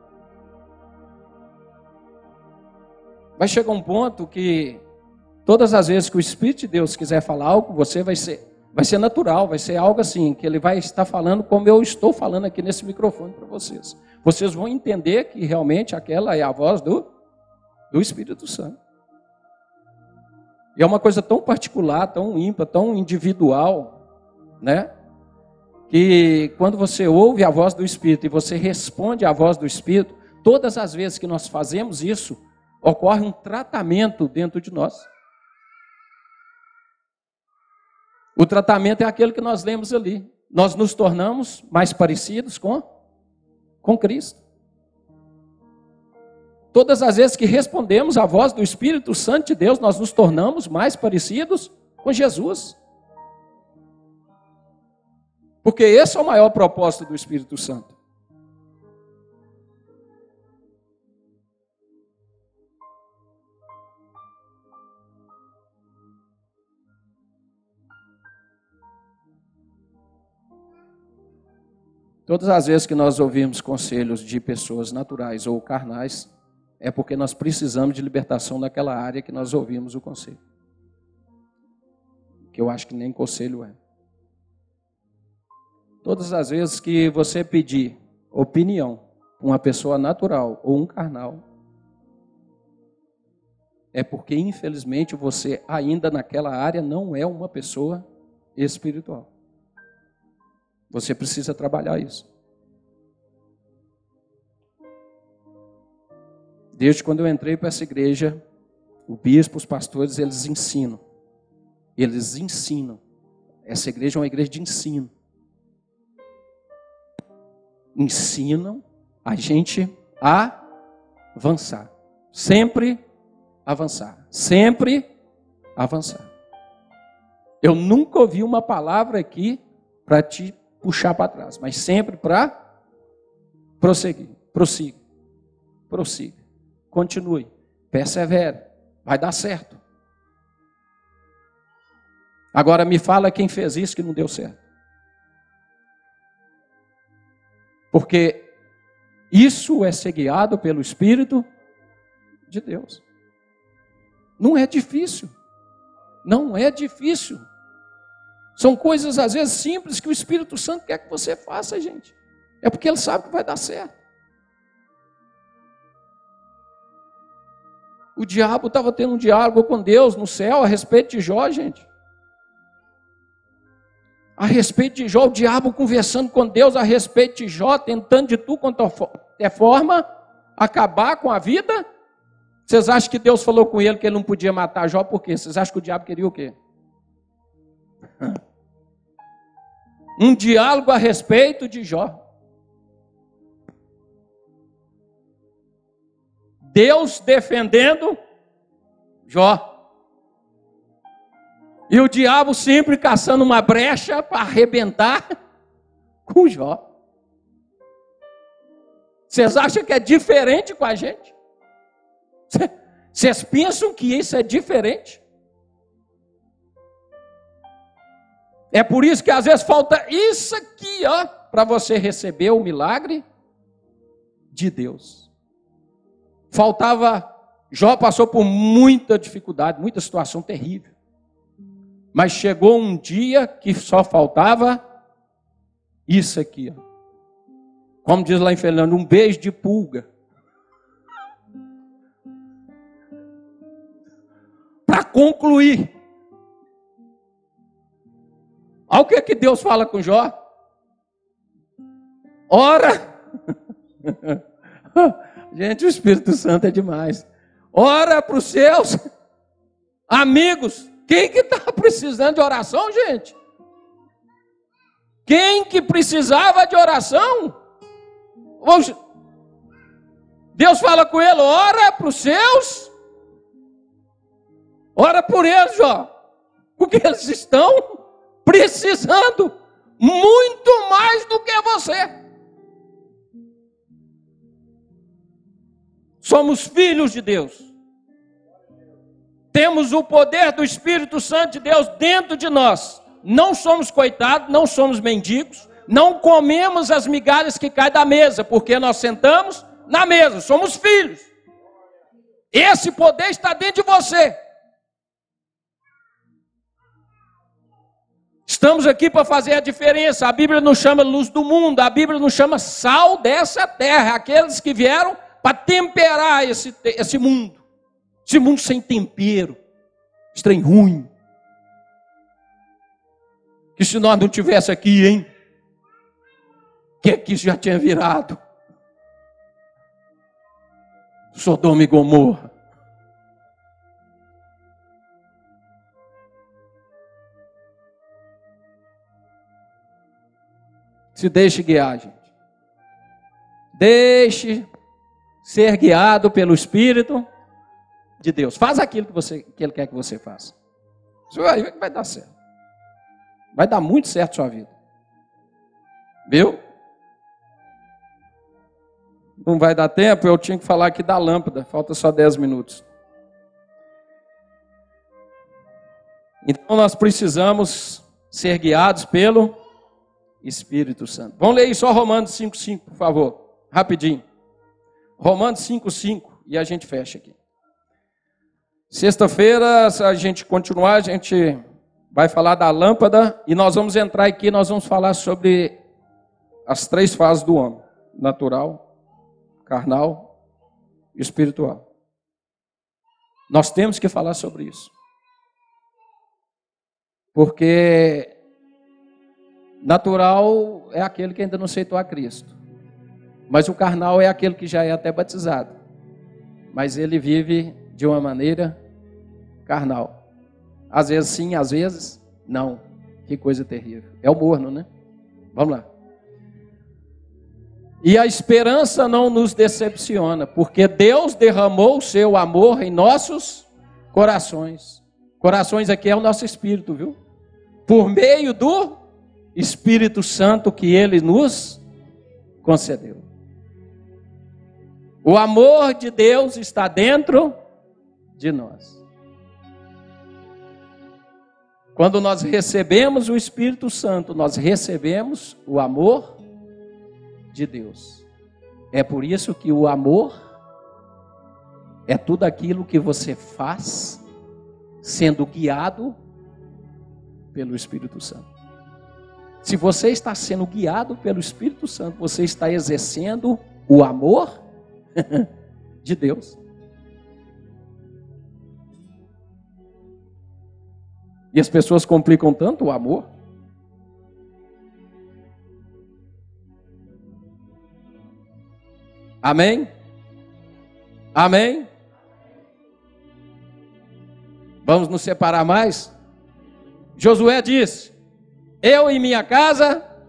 Vai chegar um ponto que todas as vezes que o Espírito de Deus quiser falar algo, você vai ser natural, vai ser algo assim, que ele vai estar falando como eu estou falando aqui nesse microfone para vocês. Vocês vão entender que realmente aquela é a voz do Espírito Santo. E é uma coisa tão particular, tão ímpar, tão individual, né? Que quando você ouve a voz do Espírito e você responde à voz do Espírito, todas as vezes que nós fazemos isso, ocorre um tratamento dentro de nós. O tratamento é aquele que nós lemos ali. Nós nos tornamos mais parecidos com Cristo. Todas as vezes que respondemos à voz do Espírito Santo de Deus, nós nos tornamos mais parecidos com Jesus. Porque esse é o maior propósito do Espírito Santo. Todas as vezes que nós ouvimos conselhos de pessoas naturais ou carnais, é porque nós precisamos de libertação naquela área que nós ouvimos o conselho. Que eu acho que nem conselho é. Todas as vezes que você pedir opinião para uma pessoa natural ou um carnal, é porque infelizmente você ainda naquela área não é uma pessoa espiritual. Você precisa trabalhar isso. Desde quando eu entrei para essa igreja, o bispo, os pastores, eles ensinam. Eles ensinam. Essa igreja é uma igreja de ensino. Ensinam a gente a avançar. Sempre avançar. Sempre avançar. Eu nunca ouvi uma palavra aqui para te puxar para trás, mas sempre para prosseguir. Prossiga. Continue. Persevere. Vai dar certo. Agora me fala quem fez isso que não deu certo. Porque isso é ser guiado pelo Espírito de Deus. Não é difícil. Não é difícil. São coisas, às vezes, simples que o Espírito Santo quer que você faça, gente. É porque Ele sabe que vai dar certo. O diabo estava tendo um diálogo com Deus no céu a respeito de Jó, gente. A respeito de Jó, o diabo conversando com Deus a respeito de Jó, tentando de tudo quanto é forma acabar com a vida. Vocês acham que Deus falou com ele que ele não podia matar Jó por quê? Vocês acham que o diabo queria o quê? um diálogo a respeito de Jó. Deus defendendo Jó. E o diabo sempre caçando uma brecha para arrebentar com Jó. Vocês acham que é diferente com a gente? Vocês pensam que isso é diferente? É por isso que às vezes falta isso aqui, ó, para você receber o milagre de Deus. Faltava, Jó passou por muita dificuldade, muita situação terrível. Mas chegou um dia que só faltava isso aqui, ó. Como diz lá em Fernando, um beijo de pulga. Para concluir. Olha o que Deus fala com Jó. Ora. Gente, o Espírito Santo é demais. Ora para os seus amigos. Quem que está precisando de oração, gente? Quem que precisava de oração? Deus fala com ele, ora para os seus. Ora por eles, Jó. Porque eles estão precisando muito mais do que você. Somos filhos de Deus. Temos o poder do Espírito Santo de Deus dentro de nós. Não somos coitados, não somos mendigos, não comemos as migalhas que caem da mesa, porque nós sentamos na mesa, somos filhos. Esse poder está dentro de você. Estamos aqui para fazer a diferença. A Bíblia nos chama luz do mundo, a Bíblia nos chama sal dessa terra, aqueles que vieram para temperar esse mundo. Esse mundo sem tempero, estranho ruim. Que se nós não tivesse aqui, hein? Que isso já tinha virado Sodoma e Gomorra. Se deixe guiar, gente. Deixe ser guiado pelo Espírito de Deus. Faz aquilo que Ele quer que você faça. Isso vai dar certo. Vai dar muito certo a sua vida. Viu? Não vai dar tempo, eu tinha que falar aqui da lâmpada. Falta só 10 minutos. Então nós precisamos ser guiados pelo Espírito Santo. Vamos ler aí só Romanos 5,5, por favor. Rapidinho. Romanos 5,5 e a gente fecha aqui. Sexta-feira, se a gente continuar, a gente vai falar da lâmpada e nós vamos entrar aqui, nós vamos falar sobre as 3 fases do homem: natural, carnal e espiritual. Nós temos que falar sobre isso. Porque natural é aquele que ainda não aceitou a Cristo. Mas o carnal é aquele que já é até batizado. Mas ele vive de uma maneira carnal. Às vezes sim, às vezes não. Que coisa terrível. É o morno, né? Vamos lá. E a esperança não nos decepciona, porque Deus derramou o seu amor em nossos corações. Corações aqui é o nosso espírito, viu? Por meio do Espírito Santo que Ele nos concedeu. O amor de Deus está dentro de nós. Quando nós recebemos o Espírito Santo, nós recebemos o amor de Deus. É por isso que o amor é tudo aquilo que você faz sendo guiado pelo Espírito Santo. Se você está sendo guiado pelo Espírito Santo, você está exercendo o amor de Deus. E as pessoas complicam tanto o amor. Amém? Amém? Vamos nos separar mais? Josué disse: eu e minha casa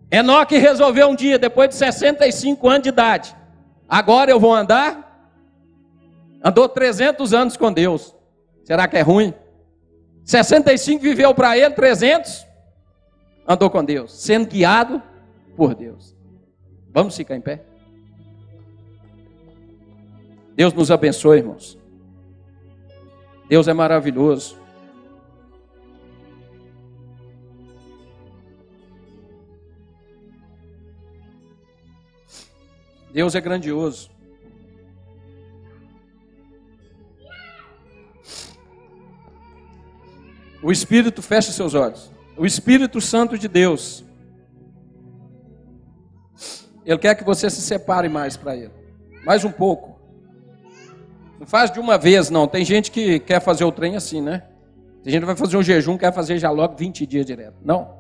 Enoque resolveu um dia, depois de 65 anos de idade, agora eu vou andar. Andou 300 anos com Deus. Será que é ruim? 65 viveu para ele, 300 andou com Deus, sendo guiado por Deus. Vamos ficar em pé? Deus nos abençoe, irmãos. Deus é maravilhoso. Deus é grandioso. O Espírito, fecha seus olhos. O Espírito Santo de Deus, Ele quer que você se separe mais para Ele. Mais um pouco. Não faz de uma vez, não. Tem gente que quer fazer o trem assim, né? Tem gente que vai fazer um jejum, quer fazer já logo 20 dias direto. Não.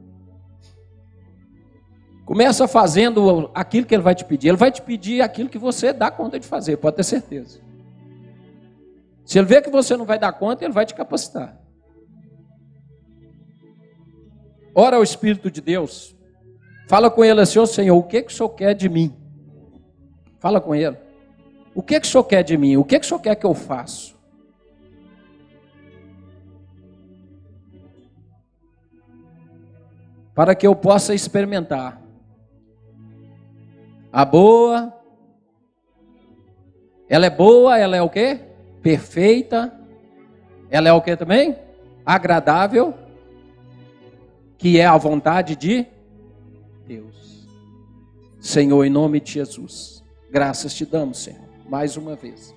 Começa fazendo aquilo que Ele vai te pedir. Ele vai te pedir aquilo que você dá conta de fazer, pode ter certeza. Se Ele vê que você não vai dar conta, Ele vai te capacitar. Ora ao Espírito de Deus. Fala com Ele assim: ô Senhor, o que o Senhor quer de mim? Fala com Ele. O que o Senhor quer de mim? O que o Senhor quer que eu faça? Para que eu possa experimentar a boa. Ela é boa, ela é o quê? Perfeita. Ela é o quê também? Agradável. Que é a vontade de Deus. Senhor, em nome de Jesus, graças te damos, Senhor, mais uma vez.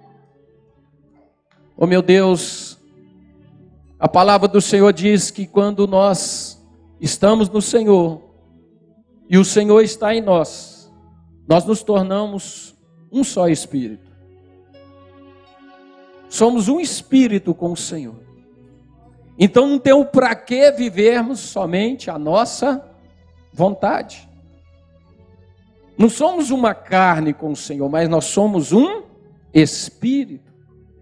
Oh meu Deus, a palavra do Senhor diz que quando nós estamos no Senhor e o Senhor está em nós, nós nos tornamos um só espírito. Somos um espírito com o Senhor. Então não tem o para que vivermos somente a nossa vontade. Não somos uma carne com o Senhor, mas nós somos um espírito.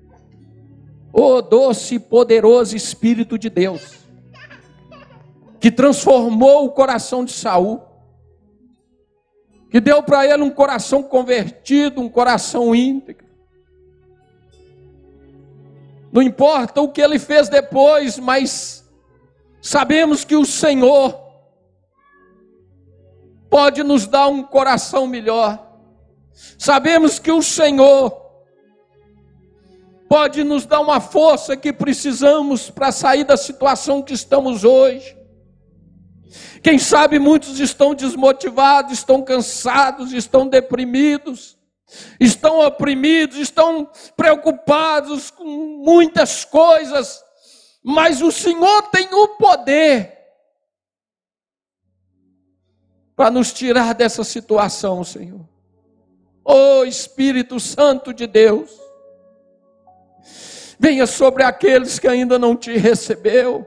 O doce e poderoso Espírito de Deus, que transformou o coração de Saul, que deu para ele um coração convertido, um coração íntegro. Não importa o que ele fez depois, mas sabemos que o Senhor pode nos dar um coração melhor. Sabemos que o Senhor pode nos dar uma força que precisamos para sair da situação que estamos hoje. Quem sabe muitos estão desmotivados, estão cansados, estão deprimidos, estão oprimidos, estão preocupados com muitas coisas, mas o Senhor tem o poder para nos tirar dessa situação, Senhor. Oh Espírito Santo de Deus, venha sobre aqueles que ainda não te recebeu.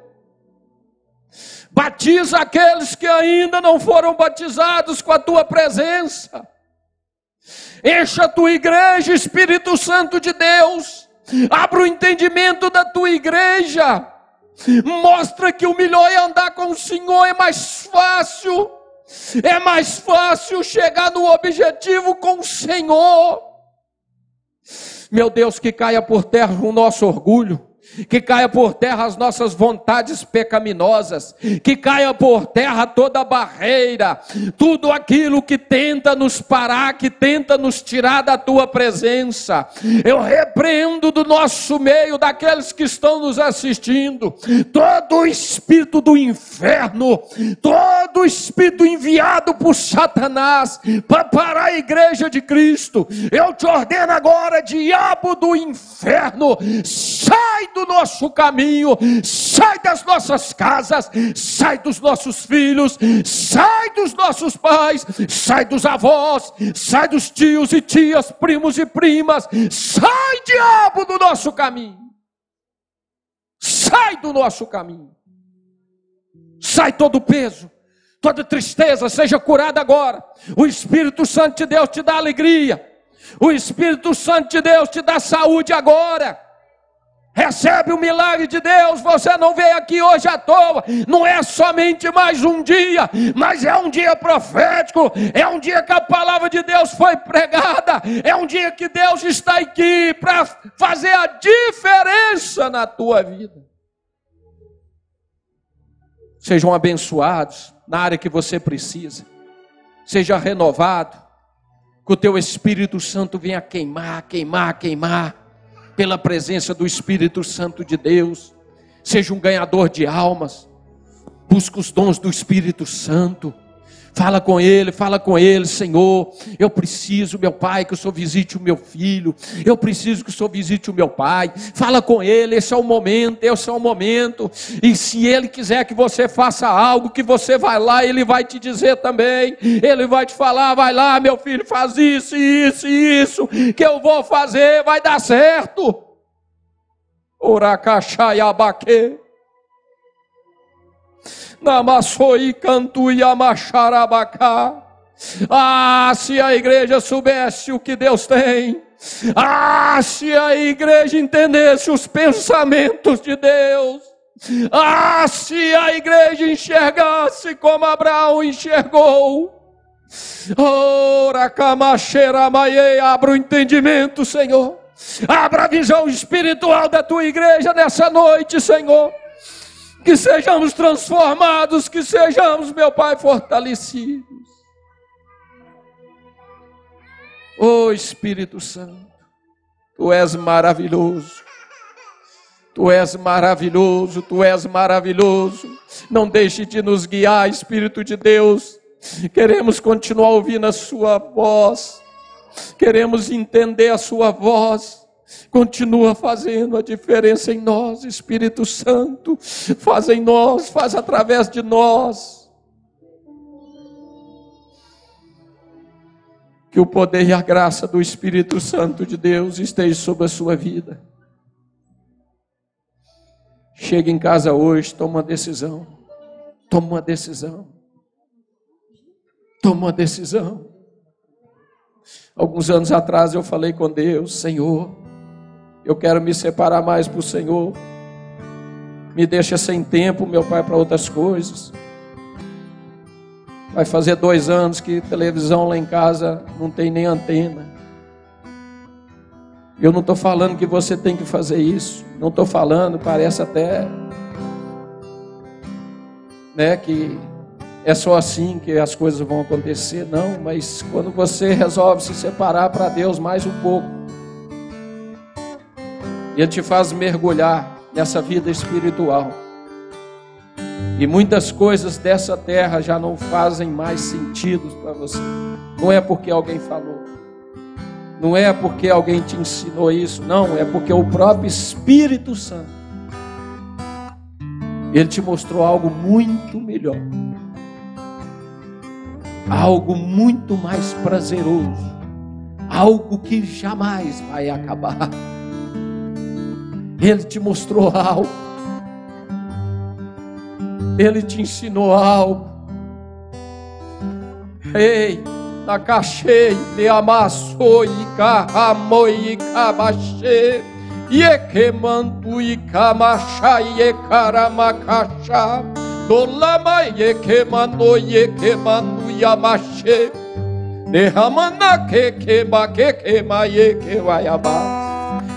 Batiza aqueles que ainda não foram batizados com a tua presença. Encha a tua igreja, Espírito Santo de Deus. Abra o entendimento da tua igreja. Mostra que o melhor é andar com o Senhor, é mais fácil. É mais fácil chegar no objetivo com o Senhor. Meu Deus, que caia por terra o nosso orgulho. Que caia por terra as nossas vontades pecaminosas, que caia por terra toda barreira, tudo aquilo que tenta nos parar, que tenta nos tirar da tua presença. Eu repreendo do nosso meio, daqueles que estão nos assistindo, todo o espírito do inferno, todo o espírito enviado por Satanás para parar a igreja de Cristo. Eu te ordeno agora, diabo do inferno, sai do nosso caminho, sai das nossas casas, sai dos nossos filhos, sai dos nossos pais, sai dos avós, sai dos tios e tias, primos e primas, sai, diabo, do nosso caminho, sai do nosso caminho, sai todo o peso, toda tristeza, seja curada agora. O Espírito Santo de Deus te dá alegria, o Espírito Santo de Deus te dá saúde agora. Recebe o milagre de Deus. Você não veio aqui hoje à toa. Não é somente mais um dia, mas é um dia profético. É um dia que a palavra de Deus foi pregada. É um dia que Deus está aqui para fazer a diferença na tua vida. Sejam abençoados na área que você precisa. Seja renovado. Que o teu Espírito Santo venha queimar pela presença do Espírito Santo de Deus. Seja um ganhador de almas. Busca os dons do Espírito Santo. Fala com ele, Senhor, eu preciso, meu Pai, que o Senhor visite o meu filho. Eu preciso que o Senhor visite o meu pai. Fala com ele, esse é o momento. E se ele quiser que você faça algo, que você vai lá, ele vai te dizer também. Ele vai te falar, vai lá, meu filho, faz isso, que eu vou fazer, vai dar certo. Oracaxaiabaque. Namassoi cantu yamacharabacá. Ah, se a igreja soubesse o que Deus tem. Ah, se a igreja entendesse os pensamentos de Deus. Ah, se a igreja enxergasse como Abraão enxergou. Ora, camacheiramaie, abra o entendimento, Senhor. Abra a visão espiritual da tua igreja nessa noite, Senhor. Que sejamos transformados, que sejamos, meu Pai, fortalecidos. Oh Espírito Santo, Tu és maravilhoso. Tu és maravilhoso, Tu és maravilhoso. Não deixe de nos guiar, Espírito de Deus. Queremos continuar ouvindo a Sua voz. Queremos entender a Sua voz. Continua fazendo a diferença em nós, Espírito Santo. Faz em nós, faz através de nós. Que o poder e a graça do Espírito Santo de Deus esteja sobre a sua vida. Chega em casa hoje, toma uma decisão. Toma uma decisão. Toma uma decisão. Alguns anos atrás eu falei com Deus: Senhor, eu quero me separar mais para o Senhor. Me deixa sem tempo, meu Pai, para outras coisas. Vai fazer 2 anos que televisão lá em casa não tem nem antena. Eu não estou falando que você tem que fazer isso. Não estou falando, parece até que é só assim que as coisas vão acontecer. Não, mas quando você resolve se separar para Deus mais um pouco, e Ele te faz mergulhar nessa vida espiritual. E muitas coisas dessa terra já não fazem mais sentido para você. Não é porque alguém falou. Não é porque alguém te ensinou isso. Não, é porque o próprio Espírito Santo, Ele te mostrou algo muito melhor. Algo muito mais prazeroso. Algo que jamais vai acabar. Ele te mostrou algo. Ele te ensinou algo. Ei, nakashei de amassoi kahamoi kabache yekemantu ikamashai ekaramakasha dolamai yekemano yekemanu yamashe derramana kekema kekema yekewayaba.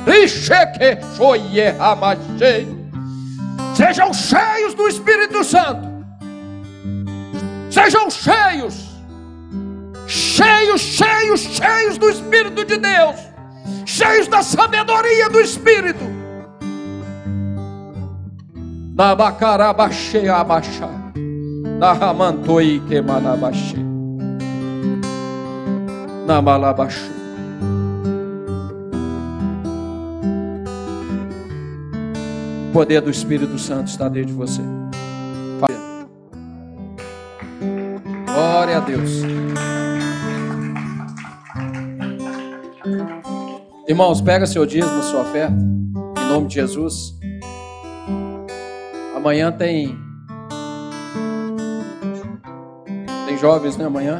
Sejam cheios do Espírito Santo. Sejam cheios do Espírito de Deus. Cheios da sabedoria do Espírito. Nabacarabaxe abaxa. Nahamantoi kemanabaxe. Namalabaxu. O poder do Espírito Santo está dentro de você. Glória a Deus. Irmãos, pega seu dízimo, sua oferta, em nome de Jesus. Amanhã tem jovens, né? Amanhã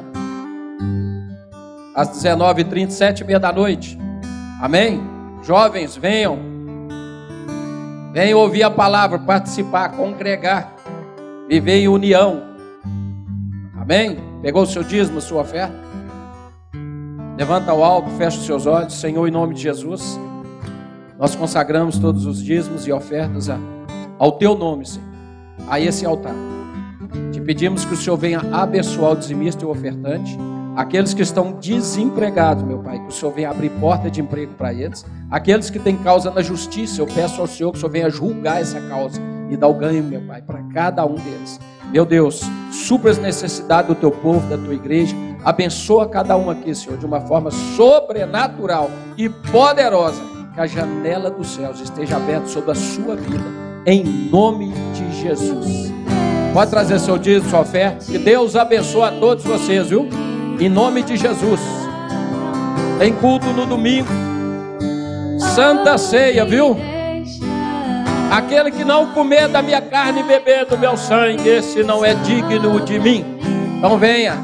às 19h30, 7h30 da noite. Amém? Jovens, venham. Vem ouvir a palavra, participar, congregar, viver em união. Amém? Pegou o seu dízimo, a sua oferta? Levanta ao alto, fecha os seus olhos. Senhor, em nome de Jesus, nós consagramos todos os dízimos e ofertas ao teu nome, Senhor, a esse altar. Te pedimos que o Senhor venha abençoar o dizimista e o ofertante, aqueles que estão desempregados, meu Pai, que o Senhor venha abrir porta de emprego para eles, aqueles que têm causa na justiça, eu peço ao Senhor que o Senhor venha julgar essa causa e dar o ganho, meu Pai, para cada um deles. Meu Deus, supra as necessidades do teu povo, da tua igreja, abençoa cada um aqui, Senhor, de uma forma sobrenatural e poderosa, que a janela dos céus esteja aberta sobre a sua vida, em nome de Jesus. Pode trazer seu dízimo, sua oferta, que Deus abençoe a todos vocês, viu? Em nome de Jesus. Tem culto no domingo, Santa Ceia, viu? Aquele que não comer da minha carne e beber do meu sangue, esse não é digno de mim. Então venha,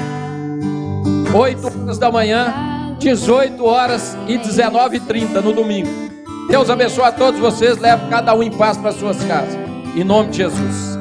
8 horas da manhã, 18 horas e 19h30 no domingo. Deus abençoe a todos vocês, leve cada um em paz para suas casas, em nome de Jesus.